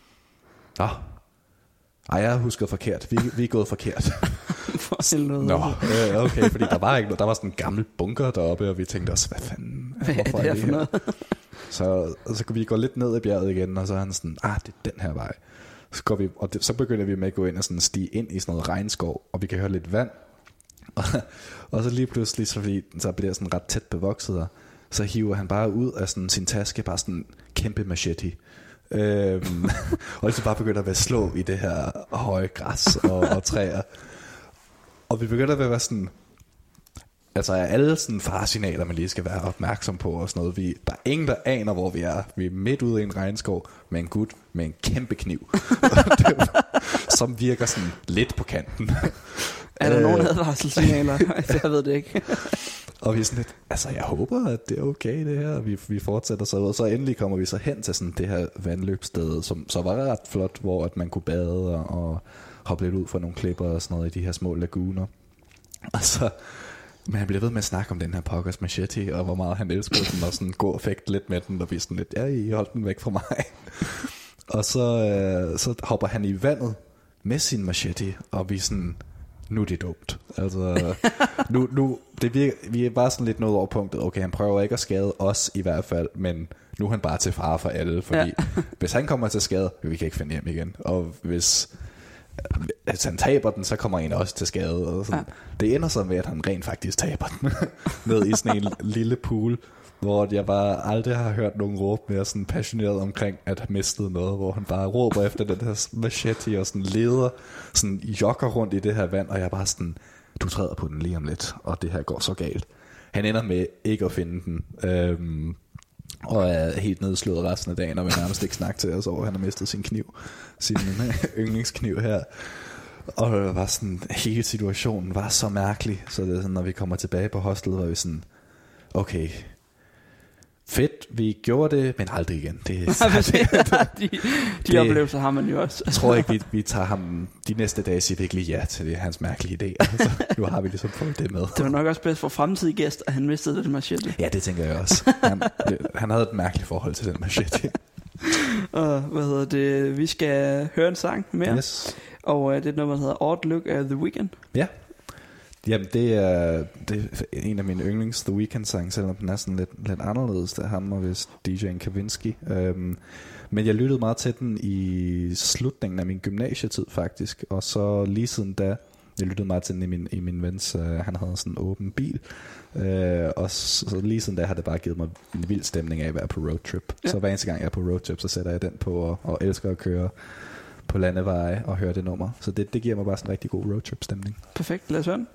nå, ej, jeg har husket forkert, vi, vi er gået forkert. Nå, øh, okay, fordi der var ikke noget, der var sådan en gammel bunker deroppe, og vi tænkte også, hvad fanden, hvad er det her for noget? Så, så kan vi gå lidt ned i bjerget igen, og så er han sådan, ah, det er den her vej. Så, går vi, og det, så begynder vi med at gå ind og sådan stige ind i sådan noget regnskov, og vi kan høre lidt vand. Og, og så lige pludselig, så, fordi, så bliver det sådan ret tæt bevokset, og så hiver han bare ud af sådan sin taske, bare sådan en kæmpe machete. Øhm, og så bare begynder at være slå i det her høje græs og, og træer. Og vi begynder at være sådan, altså er alle sådan faresignaler, man lige skal være opmærksom på og sådan noget. Vi, der er ingen, der aner, hvor vi er. Vi er midt ude i en regnskov med en gut med en kæmpe kniv, som virker sådan lidt på kanten. Er der nogen advarselssignaler? Jeg ved det ikke. Og vi er sådan lidt, altså jeg håber, at det er okay det her. Vi, vi fortsætter så ud, og så endelig kommer vi så hen til sådan det her vandløbssted, som så var ret flot, hvor at man kunne bade og, og hoppe lidt ud fra nogle klipper og sådan noget i de her små laguner. Og så men han bliver ved med at snakke om den her pokkers machete, og hvor meget han elsker den, og sådan gå og fægte lidt med den, og vi sådan lidt, ja, I holdt den væk fra mig. Og så, øh, så hopper han i vandet med sin machete, og vi sådan, nu er det dumt. Altså, nu, nu, det virker, vi er bare sådan lidt nået over punktet. Okay, han prøver ikke at skade os i hvert fald, men nu er han bare til fare for alle, fordi ja. Hvis han kommer til skade, vi kan ikke finde hjem igen. Og hvis hvis han taber den, så kommer en også til skade og sådan. Ja. Det ender så med, at han rent faktisk taber den ned i sådan en lille pool, hvor jeg bare aldrig har hørt nogen råbe mere sådan passioneret omkring at have mistet noget, hvor han bare råber efter den her machete og sådan leder, sådan jogger rundt i det her vand, og jeg bare sådan, du træder på den lige om lidt, og det her går så galt. Han ender med ikke at finde den, øhm, og er helt nedslået resten af dagen, og vil nærmest ikke snakke til os over, at han har mistet sin kniv, sin yndlingskniv her. Og det var sådan, hele situationen var så mærkelig, så det er sådan, når vi kommer tilbage på hostelet, var vi sådan, okay, fedt, vi gjorde det, men aldrig igen. Det, de de det, oplevelser har man jo også. Jeg tror ikke, vi, vi tager ham de næste dage, siger virkelig ja til det, hans mærkelige idé. Altså, nu har vi ligesom fået det med. Det var nok også bedst for fremtidige gæster, at han mistede det machete. Ja, det tænker jeg også. Han, han havde et mærkeligt forhold til den machete. Og hvad hedder det? Vi skal høre en sang mere. Yes. Og uh, det er et nummer, der hedder Odd Look af The Weeknd. Ja. Jamen det er, det er en af mine yndlings The Weeknd sange, selvom den er sådan lidt, lidt anderledes. Det er ham og vist D J'en Kavinsky. um, Men jeg lyttede meget til den i slutningen af min gymnasietid faktisk. Og så lige siden da, jeg lyttede meget til den i min, i min vens, uh, han havde sådan en åben bil, uh, og så, så lige siden da har det bare givet mig en vild stemning af at være på roadtrip. Ja. Så hver eneste gang jeg er på roadtrip, så sætter jeg den på og, og elsker at køre på landeveje og høre det nummer. Så det, det giver mig bare sådan en rigtig god roadtrip stemning. Perfekt, lad os høre den.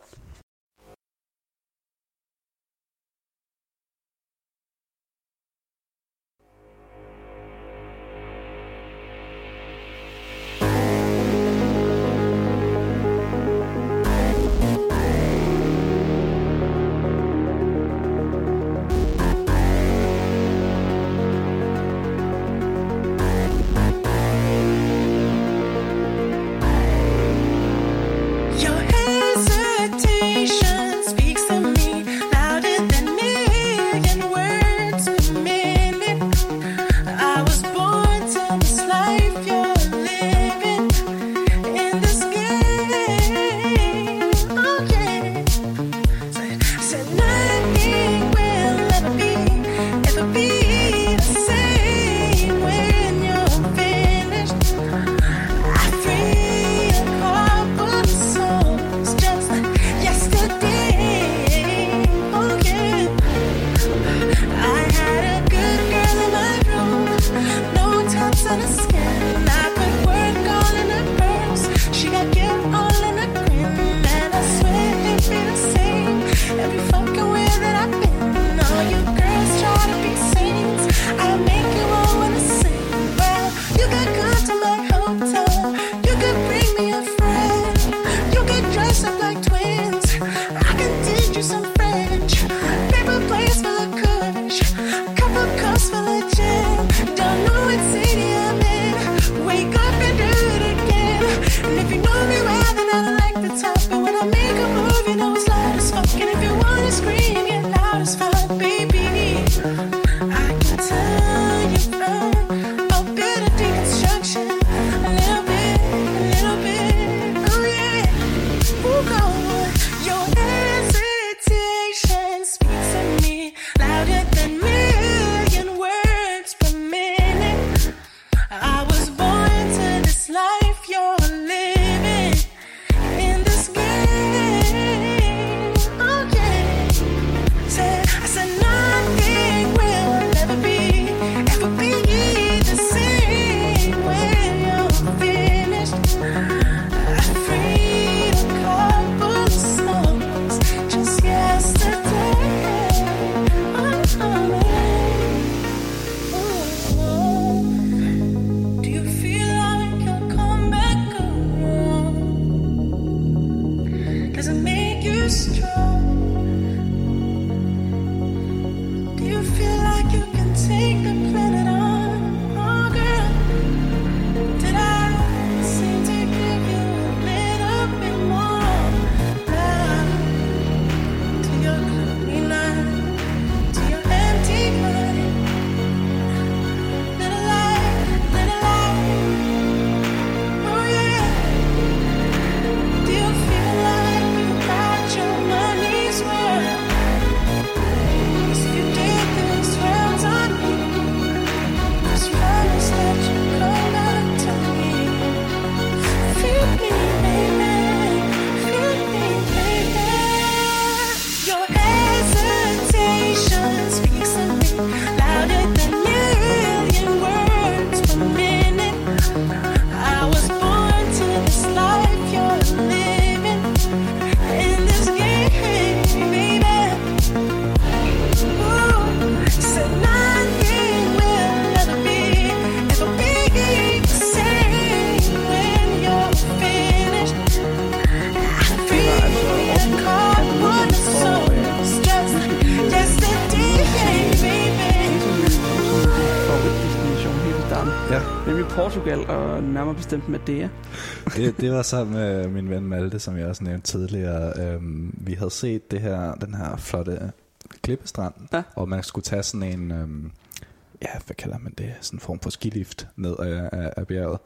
Ja. Nemlig Portugal, og nærmere bestemt Madeira. det, det var sammen med min ven Malte, som jeg også nævnte tidligere. Øhm, vi havde set det her, den her flotte klippestrand, ja. og man skulle tage sådan en, øhm, ja, hvad kalder man det, sådan en form for skilift ned af, af, af bjerget.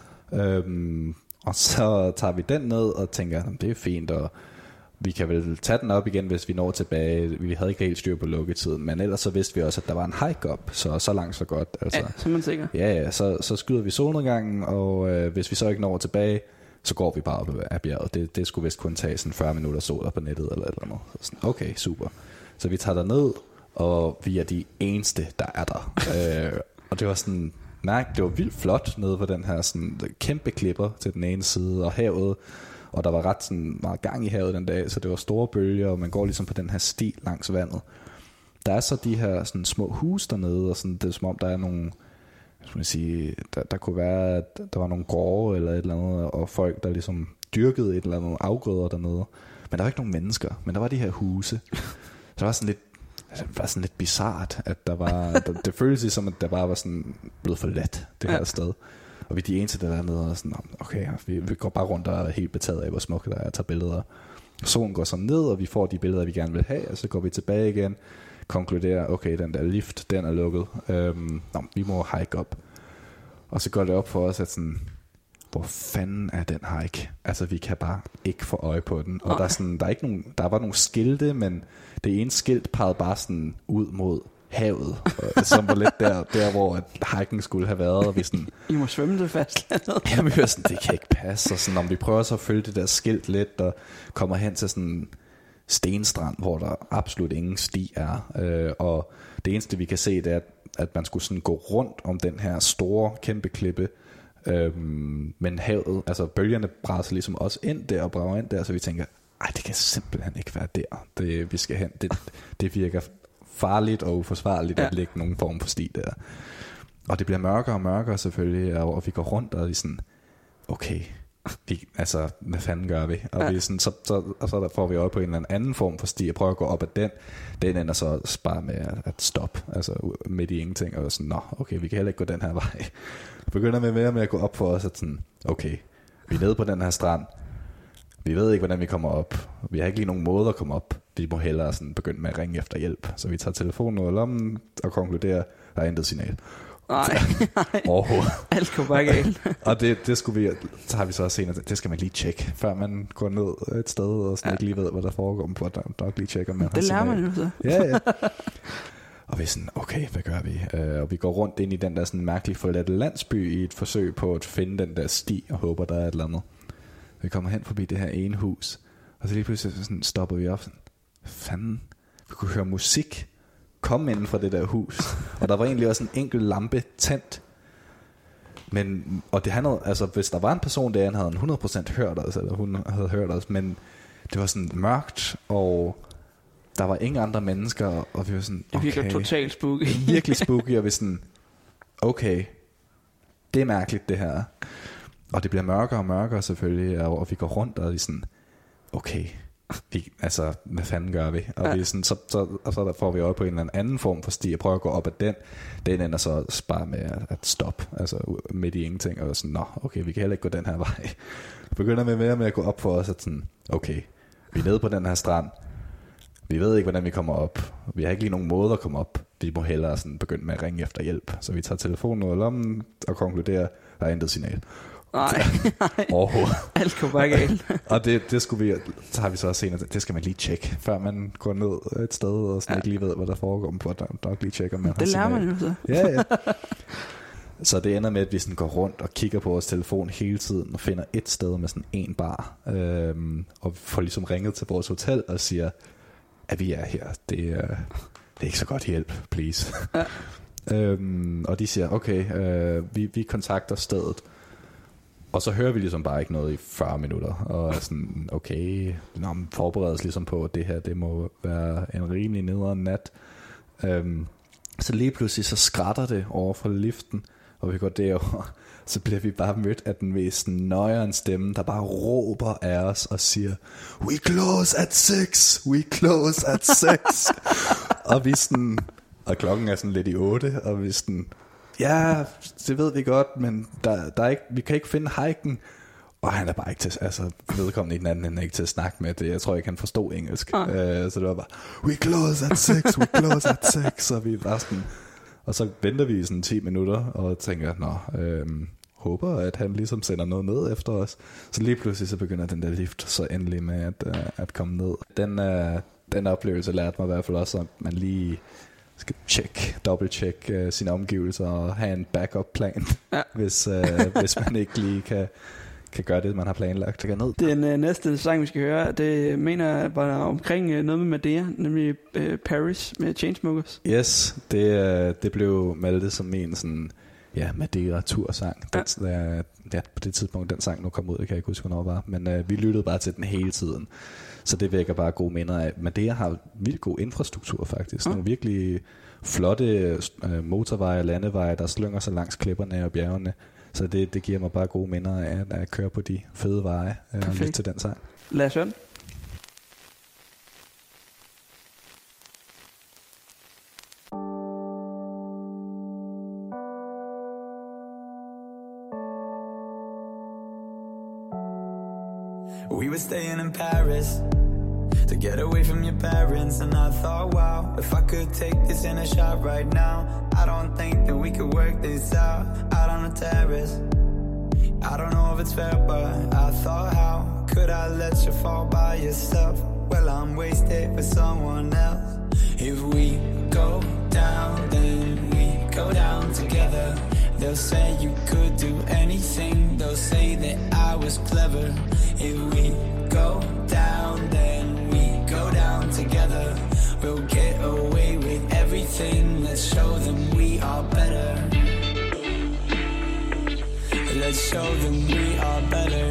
Øhm, og så tager vi den ned og tænker, det er fint, og vi kan vel tage den op igen, hvis vi når tilbage. Vi havde ikke helt styr på lukketiden, men ellers så vidste vi også, at der var en hike op, så så langt så godt. Altså, ja, så er man sikker. Ja, ja, så, så skyder vi solnedgangen, og øh, hvis vi så ikke når tilbage, så går vi bare op af bjerget. Det, det skulle vist kun tage sådan fyrre minutter sol på nettet eller et eller andet. Så sådan, okay, super. Så vi tager der ned, og vi er de eneste, der er der. øh, og det var sådan, mærke, det var vildt flot nede på den her sådan, kæmpe klipper til den ene side, og havet. Og der var ret sådan meget gang i havet den dag, så det var store bølger, og man går ligesom på den her sti langs vandet. Der er så de her sådan små huse dernede, og sådan, det er som om der er nogle, skal man sige, der, der kunne være, at der var nogle gårde eller et eller andet, og folk der ligesom dyrkede et eller andet afgrøder dernede. Men der var ikke nogen mennesker, men der var de her huse. Så det var sådan lidt, det var sådan lidt bizart, at der var, der, det føltes som, at der bare var sådan blevet forladt det her ja. sted. Og vi er de eneste, der er dernede, og sådan, okay, vi, vi går bare rundt og er helt betaget af, hvor smukt der er, og tager billeder. Solen går så ned, og vi får de billeder, vi gerne vil have, og så går vi tilbage igen, konkluderer, okay, den der lift, den er lukket. Øhm, nå, vi må hike op. Og så går det op for os, at sådan, hvor fanden er den hike? Altså, vi kan bare ikke få øje på den. Og okay. der er sådan, der er ikke nogen, der var nogle skilte, men det ene skilt pegede bare sådan ud mod havet, som var lidt der, der hvor hiken skulle have været, og vi sådan, I må svømme til fastlandet. Jamen vi var sådan, det kan ikke passe, og sådan, om vi prøver så at følge det der skilt lidt, og kommer hen til sådan en stenstrand, hvor der absolut ingen sti er, øh, og det eneste vi kan se, det er, at man skulle sådan gå rundt om den her store, kæmpe klippe, øh, men havet, altså bølgerne braser ligesom også ind der, og brager ind der, så vi tænker, ej, det kan simpelthen ikke være der, det, vi skal hen, det, det virker farligt og uforsvarligt ja. at lægge nogen form for sti der. Og det bliver mørkere og mørkere selvfølgelig, og vi går rundt og er sådan, okay, vi, altså, hvad fanden gør vi? Og, ja. vi er sådan, så, så, og så får vi øje på en eller anden form for sti, og prøver at gå op ad den. Den ender så bare med at, at stoppe, altså midt i ingenting, og sådan, nå, okay, vi kan heller ikke gå den her vej. Begynder med mere med at gå op for os, at sådan, okay, vi er nede på den her strand, vi ved ikke, hvordan vi kommer op. Vi har ikke lige nogen måde at komme op. Vi må hellere sådan begynde med at ringe efter hjælp. Så vi tager telefonen ud af lommen og konkluderer, der er intet signal. Nej, overhovedet. Alt går bare galt. Og det, det skulle vi, så har vi så også senere, det skal man lige tjekke, før man går ned et sted, og sådan ja. ikke lige ved, hvad der foregår, på at nok lige tjekker, man det lærer man jo så. Ja, ja. Og vi er sådan, okay, hvad gør vi? Uh, og vi går rundt ind i den der sådan mærkelige forladte landsby i et forsøg på at finde den der sti, og håber, der er et eller andet. Vi kommer hen forbi det her ene hus, og så lige pludselig sådan stopper vi op sådan, fanden, vi kunne høre musik komme inden fra det der hus, og der var egentlig også en enkelt lampe tændt, men, og det handlede, altså hvis der var en person derinde, havde han hundrede procent hørt os, eller hun havde hørt os, men det var sådan mørkt, og der var ingen andre mennesker, og vi var sådan, okay, det virker totalt spooky. virkelig spooky, og vi sådan, okay, det er mærkeligt det her. Og det bliver mørkere og mørkere selvfølgelig, og, og vi går rundt, og vi er sådan, okay, vi, altså, hvad fanden gør vi? Og, ja. vi er sådan, så, så, og så der får vi øje på en eller anden form for sti, og prøver at gå op ad den. Den ender så bare med at, at stoppe, altså midt i ingenting, og sådan, nå, okay, vi kan heller ikke gå den her vej. Begynder med mere med at gå op for os, at sådan, okay, vi er nede på den her strand, vi ved ikke, hvordan vi kommer op, vi har ikke lige nogen måde at komme op, vi må hellere sådan begynde med at ringe efter hjælp. Så vi tager telefonen ud af lommen, og konkluderer, der er intet signal. Nej, overhovedet. Alt går bare galt. Og det, det skulle vi, så har vi så også senere, det skal man lige tjekke, før man går ned et sted, og sådan ja. ikke lige ved, hvad der foregår, på at der nok lige tjekker, man det lærer man jo så. Ja, ja. Så det ender med, at vi sådan går rundt og kigger på vores telefon hele tiden, og finder et sted med sådan en bar, øhm, og får ligesom ringet til vores hotel, og siger, at vi er her, det er, det er ikke så godt hjælp, please. Ja. øhm, og de siger, okay, øh, vi, vi kontakter stedet. Og så hører vi ligesom bare ikke noget i fyrre minutter, og er sådan, okay, nå, man forbereder os ligesom på, at det her, det må være en rimelig nederen nat. Øhm, så lige pludselig, så skrætter det over for liften, og vi går derover, så bliver vi bare mødt af den mest nøjeren stemme, der bare råber af os og siger, we close at six, we close at six. Og vi sådan, og klokken er sådan lidt i otte, og vi sådan, ja, det ved vi godt, men der, der er ikke, vi kan ikke finde hiken. Og han er bare ikke til, altså vedkommende i den anden ende ikke til at snakke med det. Jeg tror ikke, han forstod engelsk. Ah. Uh, så det var bare, we close at six, we close at six. Så vi var sådan, og så venter vi i sådan ti minutter, og tænker, nå, øhm, håber, at han ligesom sender noget ned efter os. Så lige pludselig så begynder den der lift så endelig med at, uh, at komme ned. Den, uh, den oplevelse lærte mig i hvert fald også, at man lige skal tjekke, dobbelt-tjekke uh, sine omgivelser og have en backup-plan, ja. hvis, uh, hvis man ikke lige kan... kan gøre det, man har planlagt at gå ned. Den øh, næste sang, vi skal høre, det mener jeg var omkring øh, noget med Madeira, nemlig øh, Paris med Chainsmokers. Yes, det, øh, det blev meldt som en sådan, ja, Madeira-tursang. Ja. Den, øh, ja, på det tidspunkt, den sang nu kom ud, det kan jeg ikke huske, hvornår var. Men øh, vi lyttede bare til den hele tiden. Så det vækker bare gode minder af. Madeira har vildt god infrastruktur faktisk. Ja. Nogle virkelig flotte øh, motorveje og landeveje, der slynger sig langs klipperne og bjergene. Så det, det giver mig bare gode minder af at, at køre på de fede veje øh, lidt til den sang. Lad os høre den. We were staying in Paris to get away from your parents, and I thought, wow, if I could take this in a shot right now, I don't think that we could work this out, out on the terrace. I don't know if it's fair, but I thought, how could I let you fall by yourself? Well, I'm wasted for someone else. If we go down, then we go down together. They'll say you could do anything, they'll say that I was clever. If we go down, then we go down together. We'll get away with everything, let's show them we are better. Let's show them we are better.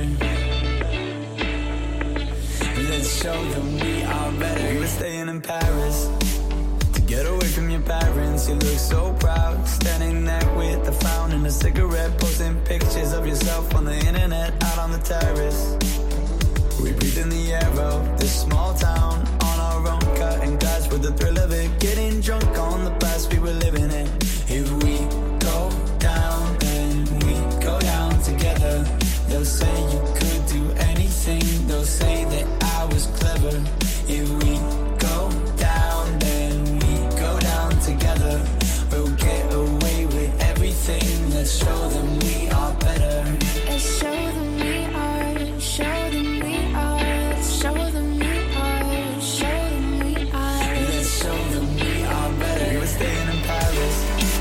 Let's show them we are better. We were staying in Paris to get away from your parents. You look so proud, standing there with a frown and a cigarette, posting pictures of yourself on the internet, out on the terrace. We breathe in the air of this small town, on our own, cutting glass with the thrill of it, getting drunk on the past we were living in. If we go down, then we go down together. They'll say you could do anything, they'll say that I was clever. If we go down, then we go down together. We'll get away with everything, let's show them we are better. Let's show them we are, show them we are, show them we are, show them we are. Let's show them we are better. We were staying in Paris.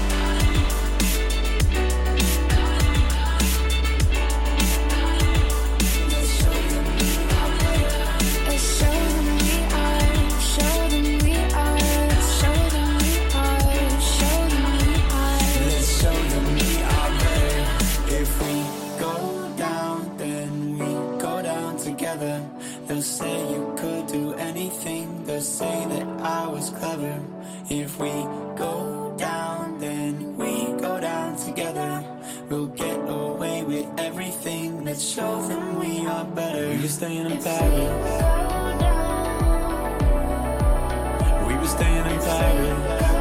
They'll say you could do anything, they'll say that I was clever. If we go down, then we go down together. We'll get away with everything, let's show them we are better. We were staying in Paris. We were staying in Paris.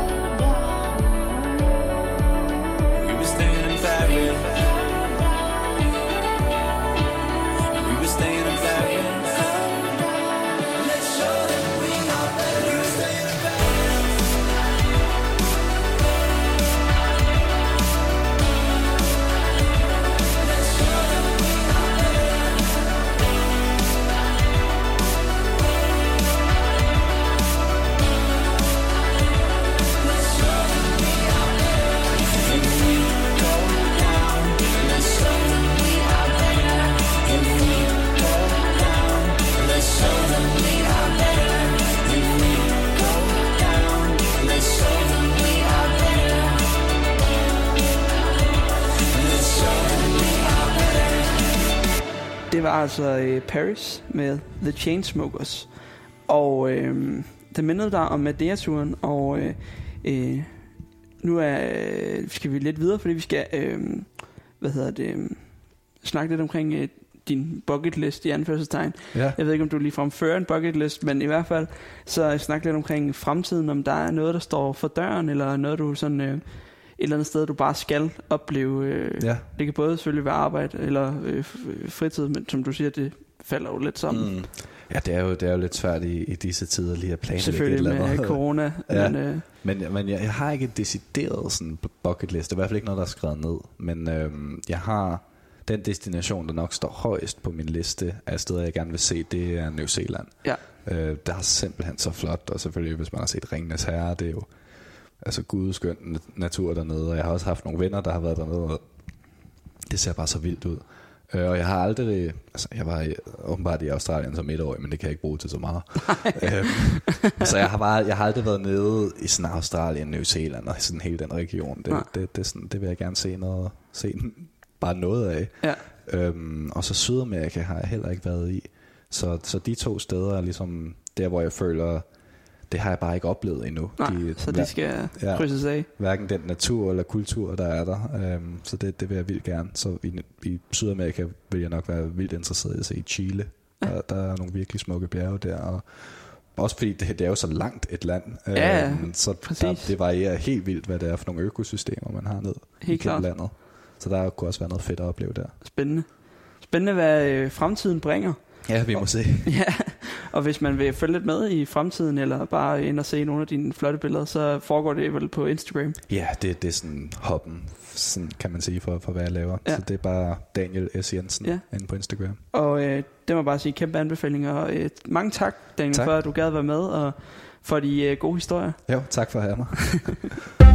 We were staying in Paris. We were staying in Paris. Det var altså øh, Paris med The Chainsmokers. Og øh, det mindede dig om Madeira-turen. Og øh, øh, nu er, øh, skal vi lidt videre, fordi vi skal øh, hvad hedder det, øh, snakke lidt omkring øh, din bucket list i anførselstegn. Ja. Jeg ved ikke, om du ligefrem fører en bucket list, men i hvert fald så snakke lidt omkring fremtiden, om der er noget, der står for døren, eller noget, du sådan øh, eller andet sted, du bare skal opleve. Øh, Ja. Det kan både selvfølgelig være arbejde eller øh, fritid, men som du siger, det falder jo lidt sammen. Mm. Ja, det er, jo, det er jo lidt svært i, i disse tider lige at planlægge et Selvfølgelig eller andet. med corona. Ja. Men, øh, Men, men jeg, jeg har ikke et decideret sådan bucket list. Det er i hvert fald ikke noget, der er skrevet ned. Men øhm, jeg har den destination, der nok står højest på min liste af steder, jeg gerne vil se, det er New Zealand. ja. Øh, der er simpelthen så flot, og selvfølgelig hvis man har set Ringenes Herre, det er jo altså gudskøn natur dernede. Og jeg har også haft nogle venner, der har været dernede, og det ser bare så vildt ud. Øh, og jeg har aldrig, altså jeg var i, åbenbart i Australien som etårig, men det kan jeg ikke bruge til så meget. øhm, så jeg har bare, jeg har aldrig været nede i sådan Australien, New Zealand og sådan hele den region. Det, det, det, sådan, det vil jeg gerne se noget, se bare noget af. Ja. Øhm, og så Sydamerika har jeg heller ikke været i. Så, så de to steder er ligesom der, hvor jeg føler, det har jeg bare ikke oplevet endnu. Nej, de, så de skal ja. krydses af. Hverken den natur eller kultur, der er der. Øhm, så det, det vil jeg vildt gerne. Så i, i Sydamerika vil jeg nok være vildt interesseret i at se Chile. Ja. Der, der er nogle virkelig smukke bjerge der. Og også fordi det, det er jo så langt et land. Ja, øhm, så der, det varierer helt vildt, hvad det er for nogle økosystemer, man har ned Helt i klart. landet. Så der kunne også være noget fedt at opleve der. Spændende. Spændende, hvad øh, fremtiden bringer. Ja, vi må se. Ja, og hvis man vil følge lidt med i fremtiden, eller bare ind og se nogle af dine flotte billeder, så foregår det vel på Instagram. Ja, det, det er sådan hoppen, sådan kan man sige, for, for hvad jeg laver. Ja. Så det er bare Daniel S. Jensen Ja. inde på Instagram. Og øh, det må bare sige kæmpe anbefalinger. Og øh, mange tak, Daniel, Tak. for at du gad være med, og for de øh, gode historier. Jo, tak for at have mig.